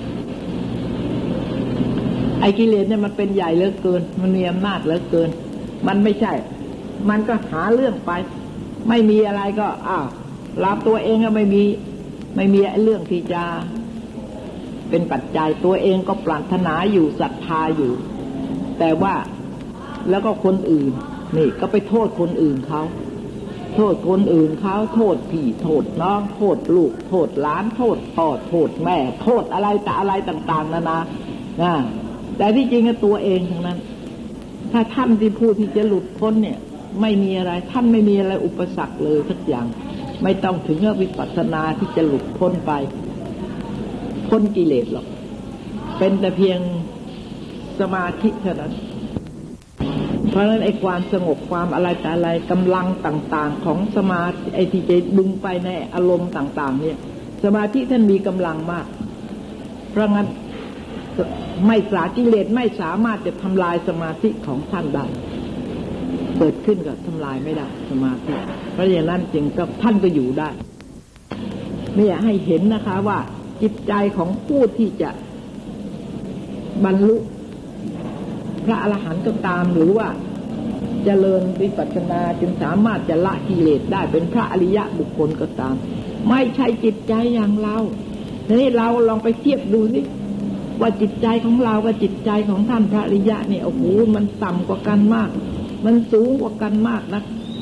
ไอ้กิเลสเนี่ยมันเป็นใหญ่เหลือเกินมันมีอำนาจเหลือเกินมันไม่ใช่มันก็หาเรื่องไปไม่มีอะไรก็เราตัวเองก็ไม่มีเรื่องที่จะเป็นปัจจัยตัวเองก็ปรารถนาอยู่ศรัทธาอยู่แต่ว่าแล้วก็คนอื่นนี่ก็ไปโทษคนอื่นเขาโทษคนอื่นเขาโทษพี่โทษน้องโทษลูกโทษหลานโทษพ่อโทษแม่โทษอะไรแต่อะไรต่างๆนานาแต่ที่จริงก็ตัวเองทั้งนั้นถ้าท่านที่พูดที่จะหลุดพ้นเนี่ยไม่มีอะไรท่านไม่มีอะไรอุปสรรคเลยสักอย่างไม่ต้องถึงวิปัสสนาที่จะหลุดพ้นไปพ้นกิเลสหรอกเป็นแต่เพียงสมาธิเท่านั้นเพราะฉะนั้นไอ้ความสงบความอะไรแต่อะไรกำลังต่างๆของสมาธิไอ้ที่จะดึงไปในอารมณ์ต่างๆเนี่ยสมาธิท่านมีกำลังมากเพราะงั้นไม่สากิเลสไม่สามารถจะทำลายสมาธิของท่านได้เกิดขึ้นก็ทำลายไม่ได้สมาธิเพราะอย่างนั้นจึงก็ท่านก็อยู่ได้เนี่ยให้เห็นนะคะว่าจิตใจของผู้ที่จะบรรลุพระอรหันต์ก็ตามหรือว่าเจริญวิปัสสนาจึงสามารถจะละกิเลสได้เป็นพระอริยะบุคคลก็ตามไม่ใช่จิตใจอย่างเราทีนี้เราลองไปเทียบดูสิว่าจิตใจของเรากับจิตใจของท่านพระอริยะเนี่ยโอ้โหมันต่ำกว่ากันมากมันสูงกว่ากันมากนะ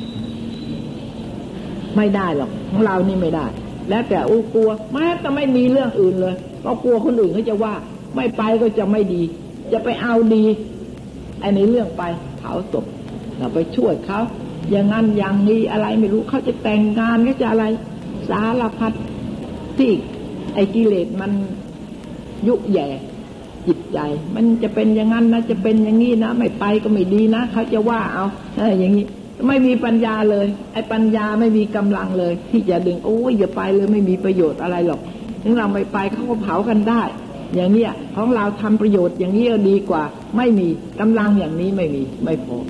ไม่ได้หรอกของเรานี่ไม่ได้แล้วแต่กลัวแม้แต่ไม่มีเรื่องอื่นเลยก็กลัวคนอื่นเขาจะว่าไม่ไปก็จะไม่ดีจะไปเอาดีไอ้ในเรื่องไปเผาศพเราไปช่วยเขาอย่างนั้นอย่างนี้อะไรไม่รู้เขาจะแต่งงานก็จะอะไรสารพัดที่ไอ้กิเลสมันยุแย่จิตใจมันจะเป็นอย่างนั้นนะจะเป็นอย่างนี้นะไม่ไปก็ไม่ดีนะเขาจะว่าเอาอย่างนี้ไม่มีปัญญาเลยไอ้ปัญญาไม่มีกำลังเลยที่จะดึงโอ้ยอย่าไปเลยไม่มีประโยชน์อะไรหรอกถึงเราไม่ไปเขาก็เผากันได้อย่างเนี้ยของเราทำประโยชน์อย่างนี้ก็ดีกว่าไม่มีกำลังอย่างนี้ไม่มีไม่พอ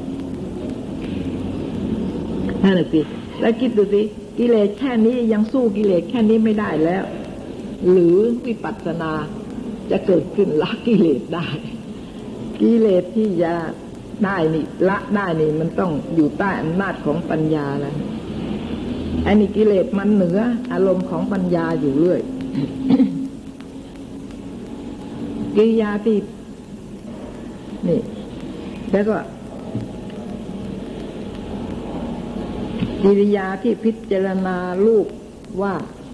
นั่นแหละสิแล้วคิดดูสิกิเลสแค่นี้ยังสู้กิเลสแค่นี้ไม่ได้แล้วหรือวิปัสสนาจะเกิดขึ้นละกิเลสได้กิเลสที่จะได้นี่ละได้นี่มันต้องอยู่ใต้อำนาจของปัญญาแล้วอันนี้กิเลสมันเหนืออารมณ์ของปัญญาอยู่เรื่อย กิริยาที่นี่แล้วก็กิริยาที่พิจารณารูปว่า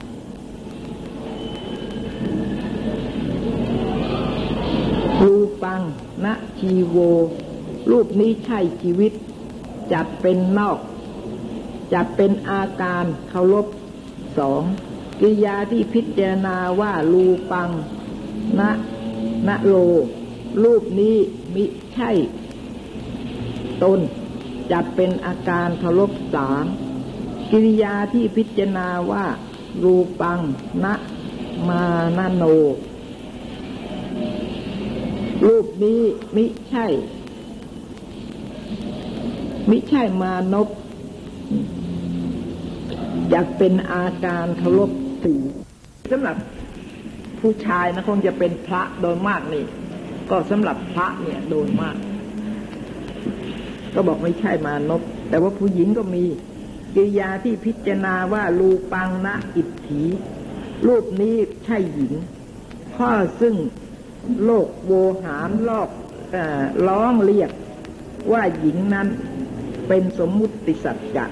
รูปังนะชีโวรูปนี้ใช่ชีวิตจัดเป็นนอกจัดเป็นอาการเคารพสองกิริยาที่พิจารณาว่ารูปังนะโลรูปนี้มิใช่ตนจัดเป็นอาการเคารพสามกิริยาที่พิจารณาว่ารูปังนะมานะโนรูปนี้มิใช่มานพอยากเป็นอาการเคารพสี่สำหรับผู้ชายนะคงจะเป็นพระโดยมากนี่ก็สำหรับพระเนี่ยโดยมากก็บอกไม่ใช่มานพแต่ว่าผู้หญิงก็มีกิริยาที่พิจารณาว่ารูปังนะอิทธิรูปนี้ใช่หญิงข้อซึ่งโลกโวหารร้องเรียกว่าหญิงนั้นเป็นสมมุติสัจจะ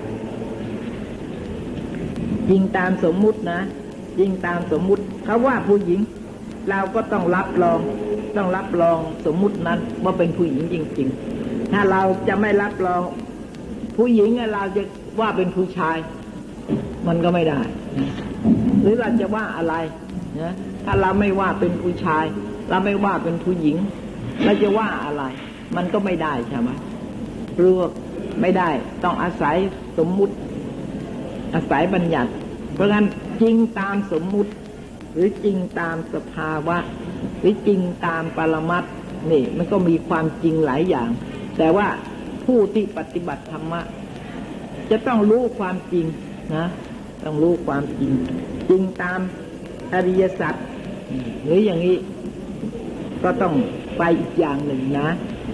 จริงตามสมมุตินะจริงตามสมมุติเขาว่าผู้หญิงเราก็ต้องรับรองสมมุตินั้นว่าเป็นผู้หญิงจริงๆถ้าเราจะไม่รับรองผู้หญิงเราจะว่าเป็นผู้ชายมันก็ไม่ได้หรือเราจะว่าอะไรนะถ้าเราไม่ว่าเป็นผู้ชายเราไม่ว่าเป็นผู้หญิงเราจะว่าอะไรมันก็ไม่ได้ใช่ไหมหรือไม่ได้ต้องอาศัยสมมุติอาศัยบัญญัติเพราะฉะนั้นจริงตามสมมุติหรือจริงตามสภาวะหรือจริงตามปรมัตถ์นี่มันก็มีความจริงหลายอย่างแต่ว่าผู้ที่ปฏิบัติธรรมะจะต้องรู้ความจริงนะต้องรู้ความจริงจริงตามอริยสัจหรืออย่างนี้ก็ต้องไปอีกอย่างหนึ่งนะ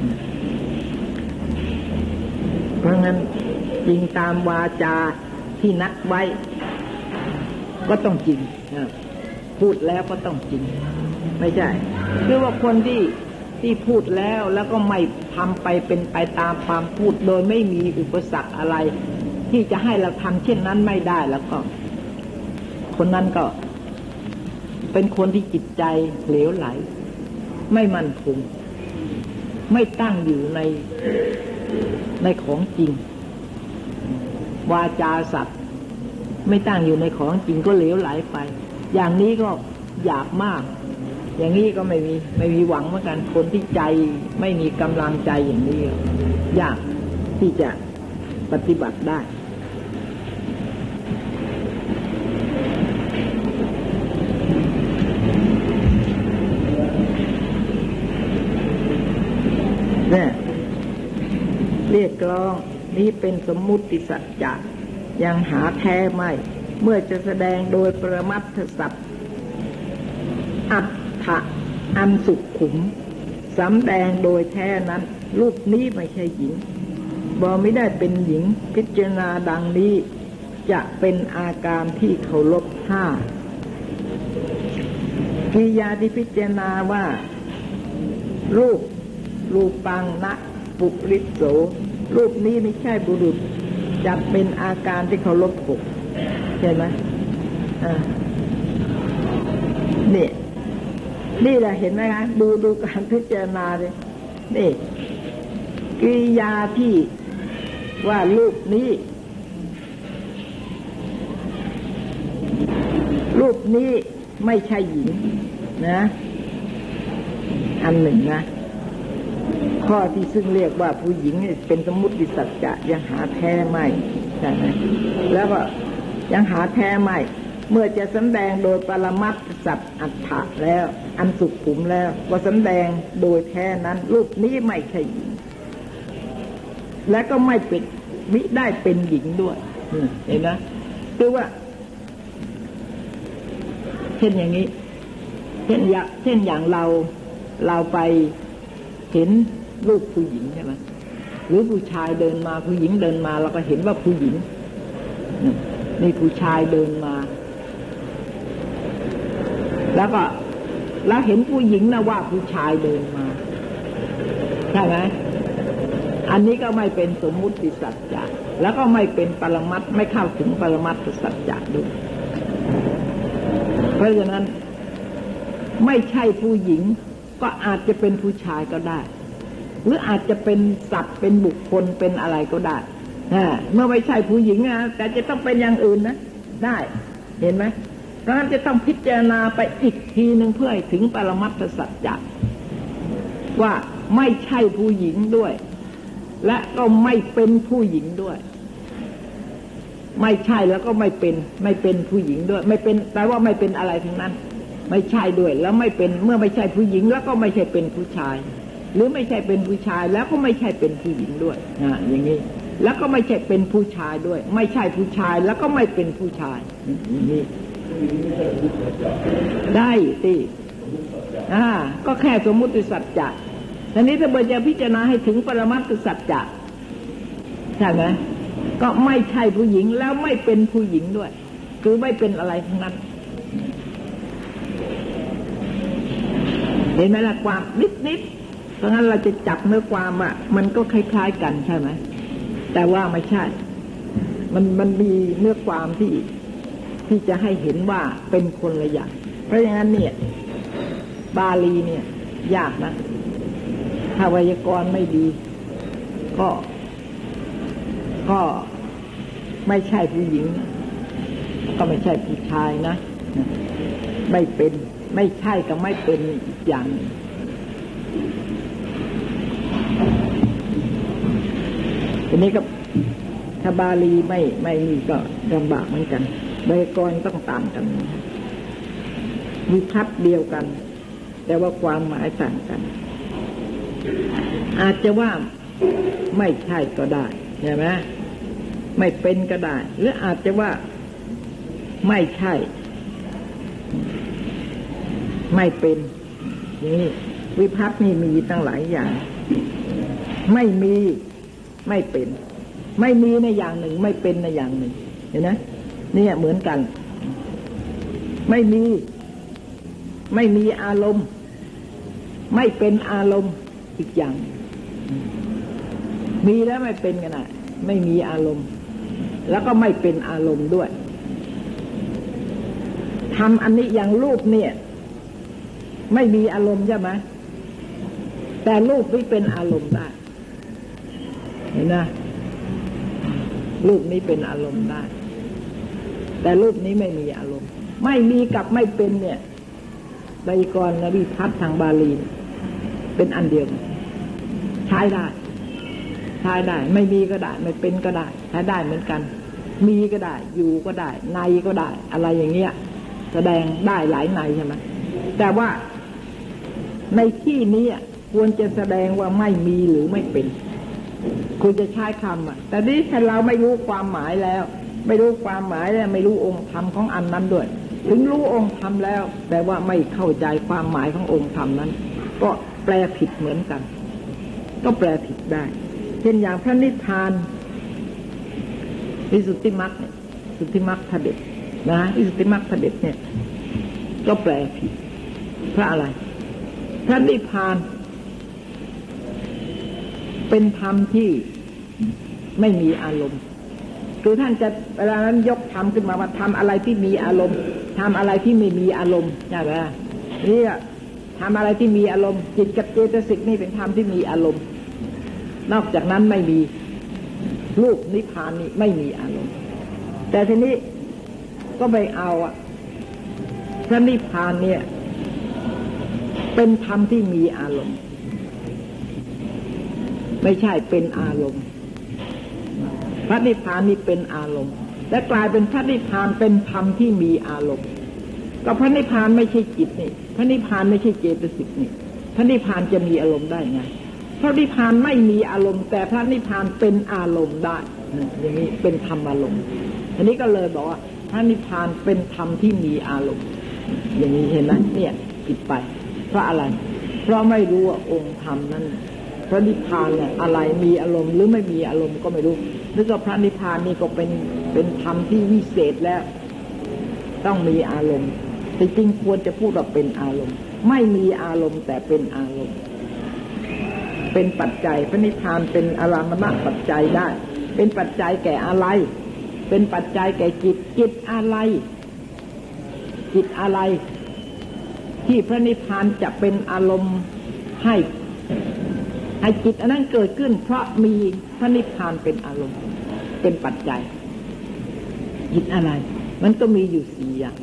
เพราะงั้นจริงตามวาจาที่นัดไว้ก็ต้องจริงพูดแล้วก็ต้องจริงไม่ใช่คือว่าคนที่พูดแล้วก็ไม่ทำไปเป็นไปตามความพูดโดยไม่มีอุปสรรคอะไรที่จะให้เราทำเช่นนั้นไม่ได้แล้วก็คนนั้นก็เป็นคนที่จิตใจเหลวไหลไม่มั่นคงไม่ตั้งอยู่ในของจริงวาจาสัตว์ไม่ตั้งอยู่ในของจริงก็เหลวไหลไปอย่างนี้ก็อยากมากอย่างนี้ก็ไม่มีหวังเหมือนกันคนที่ใจไม่มีกำลังใจอย่างนี้ยากที่จะปฏิบัติได้เนี่ยเรียกร้องนี้เป็นสมมุติสัจจะยังหาแท้ไม่เมื่อจะแสดงโดยปรมัตถสัพท์อัตถะอันสุขุมสำแดงโดยแท้นั้นรูปนี้ไม่ใช่หญิงบ่ไม่ได้เป็นหญิงพิจารณาดังนี้จะเป็นอาการที่เคารพห้ากิริยาที่พิจารณาว่ารูปังนะปุริโสรูปนี้ไม่ใช่บุรุษจะเป็นอาการที่เคารพหกใช่ไหมนี่แหละเห็นไหมคะดูการพิจารณาเลยนี่กิริยาที่ว่ารูปนี้ไม่ใช่หญิงนะอันหนึ่งนะข้อที่ซึ่งเรียกว่าผู้หญิงเป็นสมมุติสัจจะยังหาแท้ไม่ใช่ไหมแล้วก็ยังหาแท้ไม่เมื่อจะสำแดงโดยปรมัตถสัพท์อัฏฐะแล้วอันสุขุมแล้วก็สำแดงโดยแท้นั้นรูปนี้ไม่ใช่หญิงและก็ไม่เป็นมิได้เป็นหญิงด้วยเห็นนะคือว่าเช่นอย่างนี้เช่นอย่างเราไปเห็นรูปผู้หญิงใช่ไหมหรือผู้ชายเดินมาผู้หญิงเดินมาเราก็เห็นว่าผู้หญิงนี่ผู้ชายเดินมาแล้วเห็นผู้หญิงนะว่าผู้ชายเดินมาใช่ไหมอันนี้ก็ไม่เป็นสมมุติสัจจะแล้วก็ไม่เป็นปรมัตถ์ไม่เข้าถึงปรมัตถสัจจะด้วยเพราะฉะนั้นไม่ใช่ผู้หญิงก็อาจจะเป็นผู้ชายก็ได้หรืออาจจะเป็นสัตว์เป็นบุคคลเป็นอะไรก็ได้เมื่อไม่ใช่ผู้หญิงนะแต่จะต้องเป็นอย่างอื่นนะได้เห็นไหมเพราะฉะนั้นจะต้องพิจารณาไปอีกทีหนึ่งเพื่อให้ถึงปรมัตถสัจจะว่าไม่ใช่ผู้หญิงด้วยและก็ไม่เป็นผู้หญิงด้วยไม่ใช่แล้วก็ไม่เป็นผู้หญิงด้วยไม่เป็นแปลว่าไม่เป็นอะไรทั้งนั้นไม่ใช่ด้วยแล้วไม่เป็นเมื่อไม่ใช่ผู้หญิงแล้วก็ไม่ใช่เป็นผู้ชายหรือไม่ใช่เป็นผู้ชายแล้วก็ไม่ใช่เป็นผู้หญิงด้วยอย่างนี้แล้วก็ไม่ใช่เป็นผู้ชายด้วยไม่ใช่ผู้ชายแล้วก็ไม่เป็นผู้ชายอย่างนี้ได้สิก็แค่สมมุติสัจจะทีนี้ถ้าเราจะพิจารณาให้ถึงปรมัตถสัจจะใช่ไหมก็ไม่ใช่ผู้หญิงแล้วไม่เป็นผู้หญิงด้วยคือไม่เป็นอะไรทั้งนั้นเห็นไหมล่ะความนิดเพราะงั้นเราจะจับเนื้อความมันก็คล้ายๆกันใช่ไหมแต่ว่าไม่ใช่มันมีเนื้อความที่จะให้เห็นว่าเป็นคนละอย่างเพราะอย่างนั้นเนี่ยบาลีเนี่ยยากนะถ้าไวยากรณ์ไม่ดีก็ไม่ใช่ผู้หญิงก็ไม่ใช่ผู้ชายนะไม่เป็นไม่ใช่ก็ไม่เป็นอีกอย่างทีนี้ก็ถ้าบาลีไม่มีก็ลำบากเหมือนกันไวยากรณ์ต้องต่างกันมีพัดเดียวกันแต่ว่าความหมายต่างกันอาจจะว่าไม่ใช่ก็ได้ใช่ไหมไม่เป็นก็ได้หรืออาจจะว่าไม่ใช่ไม่เป็นนี่วิภัตตินี่มีตั้งหลายอย่างไม่มีไม่เป็นไม่มีในอย่างหนึ่งไม่เป็นในอย่างหนึ่งเห็นไหมเนี่ยเหมือนกันไม่มีอารมณ์ไม่เป็นอารมณ์อีกอย่างมีแล้วไม่เป็นกันไม่มีอารมณ์แล้วก็ไม่เป็นอารมณ์ด้วยทำอันนี้อย่างรูปเนี่ยไม่มีอารมณ์ใช่ไหมแต่รูปนี้เป็นอารมณ์ได้เห็นนะรูปนี้เป็นอารมณ์ได้แต่รูปนี้ไม่มีอารมณ์ไม่มีกับไม่เป็นเนี่ยไวยากรณ์วิภัตทางบาลีเป็นอันเดียวใช้ได้ไม่มีก็ได้ไม่เป็นก็ได้ใช้ได้เหมือนกันมีก็ได้อยู่ก็ได้ในก็ได้อะไรอย่างเงี้ยแสดงได้หลายในใช่ไหมแต่ว่าในที่นี้ควรจะแสดงว่าไม่มีหรือไม่เป็นควรจะใช้คำแต่นี้ถ้าเราไม่รู้ความหมายแล้วไม่รู้ความหมายแล้วไม่รู้องค์ธรรมของอันนั้นด้วยถึงรู้องค์ธรรมแล้วแต่ว่าไม่เข้าใจความหมายขององค์ธรรมนั้นก็แปลผิดเหมือนกันก็แปลผิดได้เช่นอย่างพระนิพพานวิสุทธิมรรคสุทธิมรรคพระเดชนะวิสุทธิมรรคพระเดชเนี่ยก็แปลผิดเพราะอะไรพระนิพพานเป็นธรรมที่ไม่มีอารมณ์คือท่านจะเวลานั้นยกธรรมขึ้นมาว่าทำอะไรที่มีอารมณ์ทำอะไรที่ไม่มีอารมณ์ใช่ไหมนี่ทำอะไรที่มีอารมณ์จิตกับเจตสิกนี่เป็นธรรมที่มีอารมณ์นอกจากนั้นไม่มีรูปนิพพานนี่ไม่มีอารมณ์แต่ทีนี้ก็ไปเอาพระนิพพานเนี่ยเป็นธรรมที่มีอารมณ์ไม่ใช่เป็นอารมณ์พระนิพพานนี่เป็นอารมณ์และกลายเป็นพระนิพพานเป็นธรรมที่มีอารมณ์ก็พระนิพพานไม่ใช่จิตนี่พระนิพพานไม่ใช่เจตสิกนี่พระนิพพานจะมีอารมณ์ได้ไงพระนิพพานไม่มีอารมณ์แต่พระนิพพานเป็นอารมณ์ได้อย่างนี้เป็นธรรมอารมณ์อันนี้ก็เลยบอกว่าพระนิพพานเป็นธรรมที่มีอารมณ์อย่างนี้เห็นไหมเนี่ยผิดไปเพราะอะไรเพราะไม่รู้ว่าองค์ธรรมนั้นพระนิพพานเนี่ยอะไรมีอารมณ์หรือไม่มีอารมณ์ก็ไม่รู้นึกว่าพระนิพพานนี่ก็เป็นธรรมที่วิเศษแล้วต้องมีอารมณ์จริงๆควรจะพูดว่าเป็นอารมณ์ไม่มีอารมณ์แต่เป็นอารมณ์เป็นปัจจัยพระนิพพานเป็นอารามณปัจจัยได้เป็นปัจจัยแก่อะไรเป็นปัจจัยแก่จิตอะไรจิตอะไรที่พระนิพพานจะเป็นอารมณ์ให้จิตอันนั้นเกิดขึ้นเพราะมีพระนิพพานเป็นอารมณ์เป็นปัจจัยจิตอะไรมันก็มีอยู่4อย่าง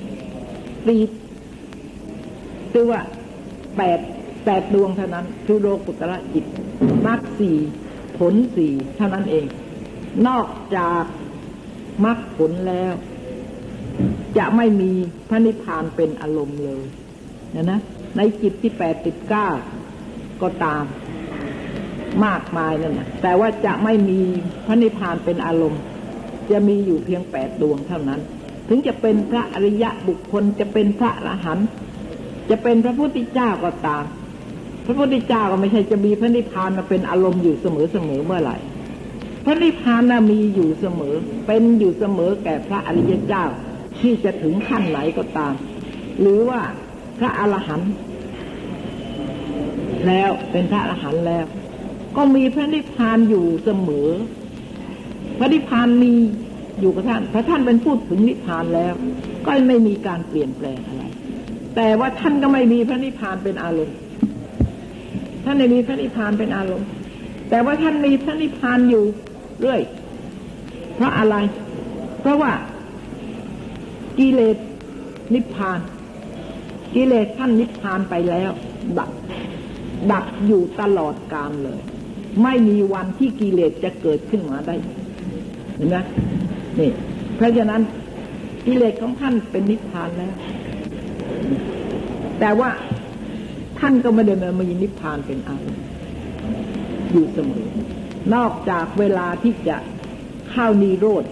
คือว่า8ดวงเท่านั้นคือโลกุตระจิตมรรค4ผล4เท่านั้นเองนอกจากมรรคผลแล้วจะไม่มีพระนิพพานเป็นอารมณ์เลยนะในจิตที่8 9ก็ตามมากมายนั่นนะแต่ว่าจะไม่มีพระนิพพานเป็นอารมณ์จะมีอยู่เพียง8ดวงเท่านั้นถึงจะเป็นพระอริยะบุคคลจะเป็นพระอรหันต์จะเป็นพระพุทธเจ้าก็ตามพระพุทธเจ้าก็ไม่ใช่จะมีพระนิพพานมาเป็นอารมณ์อยู่เสมอเมื่อไหร่พระนิพพานน่ะมีอยู่เสมอเป็นอยู่เสมอแก่พระอริยเจ้าที่จะถึงขั้นไหนก็ตามหรือว่าพระอรหันต์แล้วเป็นพระอรหันต์แล้วก็มีพระนิพพานอยู่เสมอพระนิพพานมีอยู่กับท่านพระท่านเป็นผู้ถึงนิพพานแล้วก็ไม่มีการเปลี่ยนแปลงอะไรแต่ว่าท่านก็ไม่มีพระนิพพานเป็นอารมณ์ท่านไม่มีพระนิพพานเป็นอารมณ์แต่ว่าท่านมีพระนิพพานอยู่เรื่อยเพราะอะไรเพราะว่ากิเลสนิพพานกิเลสท่านนิพพานไปแล้วดับอยู่ตลอดกาลเลยไม่มีวันที่กิเลสจะเกิดขึ้นมาได้เห็นไหมนี่เพราะฉะนั้นกิเลสของท่านเป็นนิพพานแล้วแต่ว่าท่านก็ไม่ได้มามีนิพพานเป็นอารมณ์อยู่เสมอนอกจากเวลาที่จะเข้านิโรธ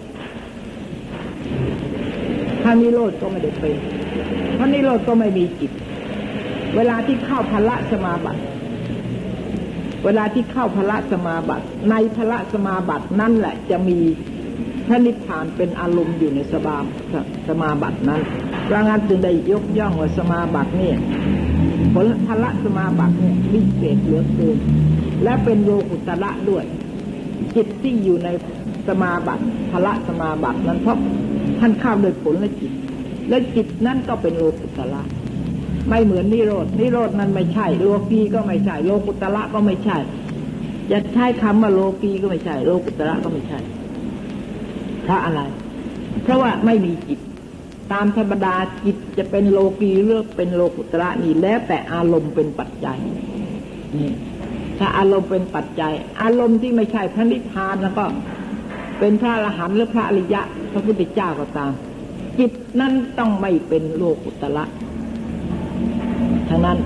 ถ้านิโรธก็ไม่ได้เป็นเพราะนิโรธก็ไม่มีจิตเวลาที่เข้าพละสมาบัติเวลาที่เข้าพละสมาบัติในพละสมาบัตินั่นแหละจะมีพระนิพพานเป็นอารมณ์อยู่ในสมาบัตินั้นเพราะงั้นจึงได้ยกย่องว่าสมาบัตินี่ผลพละสมาบัติเนี่ยวิเศษเหลือเกินและเป็นโลกุตระด้วยจิตที่อยู่ในสมาบัติพละสมาบัตินั้นเพราะท่านเข้าโดยผลและจิตและจิตนั้นก็เป็นโลกุตระไม่เหมือนนิโรธนั้นไม่ใช่โลกีก็ไม่ใช่โลกุตระก็ไม่ใช่จะใช้คำว่าโลกีก็ไม่ใช่โลกุตระก็ไม่ใช่เพราะอะไรเพราะว่าไม่มีจิตตามธรรมดาจิตจะเป็นโลกีหรือเป็นโลกุตระนี่แล้วแต่อารมณ์เป็นปัจจัยนี่ถ้าอารมณ์เป็นปัจจัยอารมณ์ที่ไม่ใช่พระนิพพานแล้วก็เป็นพระอรหันต์หรือพระอริยะพระพุทธเจ้าก็ตามจิตนั้นต้องไม่เป็นโลกุตระทั้งนั้น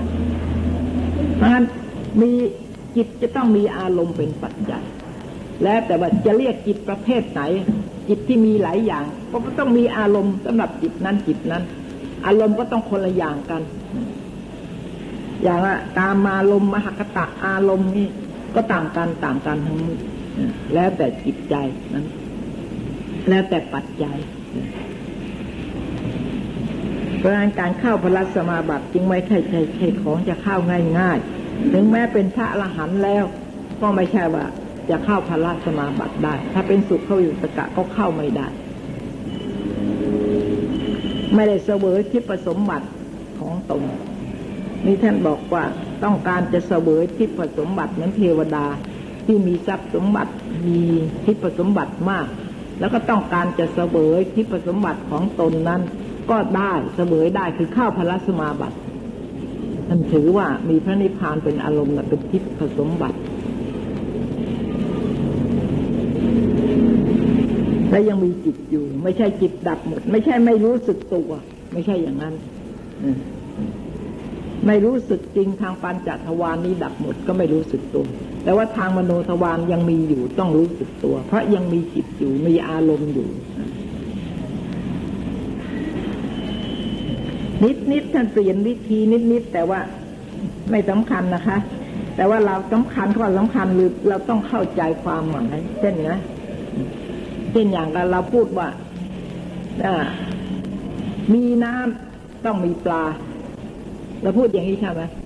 มีจิตจะต้องมีอารมณ์เป็นปัจจัยแล้วแต่ว่าจะเรียกจิตประเภทไหนจิตที่มีหลายอย่างก็ต้องมีอารมณ์สำหรับจิตนั้นอารมณ์ก็ต้องคนละอย่างกันอย่างว่ากามารมณ์มหคตะอารมณ์นี่ก็ต่างกันทั้งนั้นแล้วแต่จิตใจนั้นแล้วแต่ปัจจัยเพราะการเข้าพละสมาบัติจึงไม่ใช่ของจะเข้าง่ายๆถึงแม้เป็นพระอรหันต์แล้วก็ไม่ใช่ว่าจะเข้าพละสมาบัติได้ถ้าเป็นสุขวิปัสสกก็เข้าไม่ได้ไม่ได้เสวยทิพย์สมบัติของตนนี่ท่านบอกว่าต้องการจะเสวยทิพย์สมบัติเหมือนเทวดาที่มีทรัพย์สมบัติมีทิพย์สมบัติมากแล้วก็ต้องการจะเสวยทิพย์สมบัติของตนนั้นก็ได้เสวยได้คือเข้าพละสมาบัติท่านถือว่ามีพระนิพพานเป็นอารมณ์เป็นทิพย์สมบัติและยังมีจิตอยู่ไม่ใช่จิตดับหมดไม่ใช่ไม่รู้สึกตัวไม่ใช่อย่างนั้นไม่รู้สึกจริงทางปัญจทวารนี้ดับหมดก็ไม่รู้สึกตัวแต่ว่าทางมโนทวารยังมีอยู่ต้องรู้สึกตัวเพราะยังมีจิตอยู่มีอารมณ์อยู่นิดท่านเปลี่ยนวิธีนิดแต่ว่าไม่สำคัญนะคะแต่ว่าเราสำคัญข้อสำคัญหรือเราต้องเข้าใจความหมายเช่นอย่างเราพูดว่ามีน้ำต้องมีปลาเราพูดอย่างนี้ใช่ไหม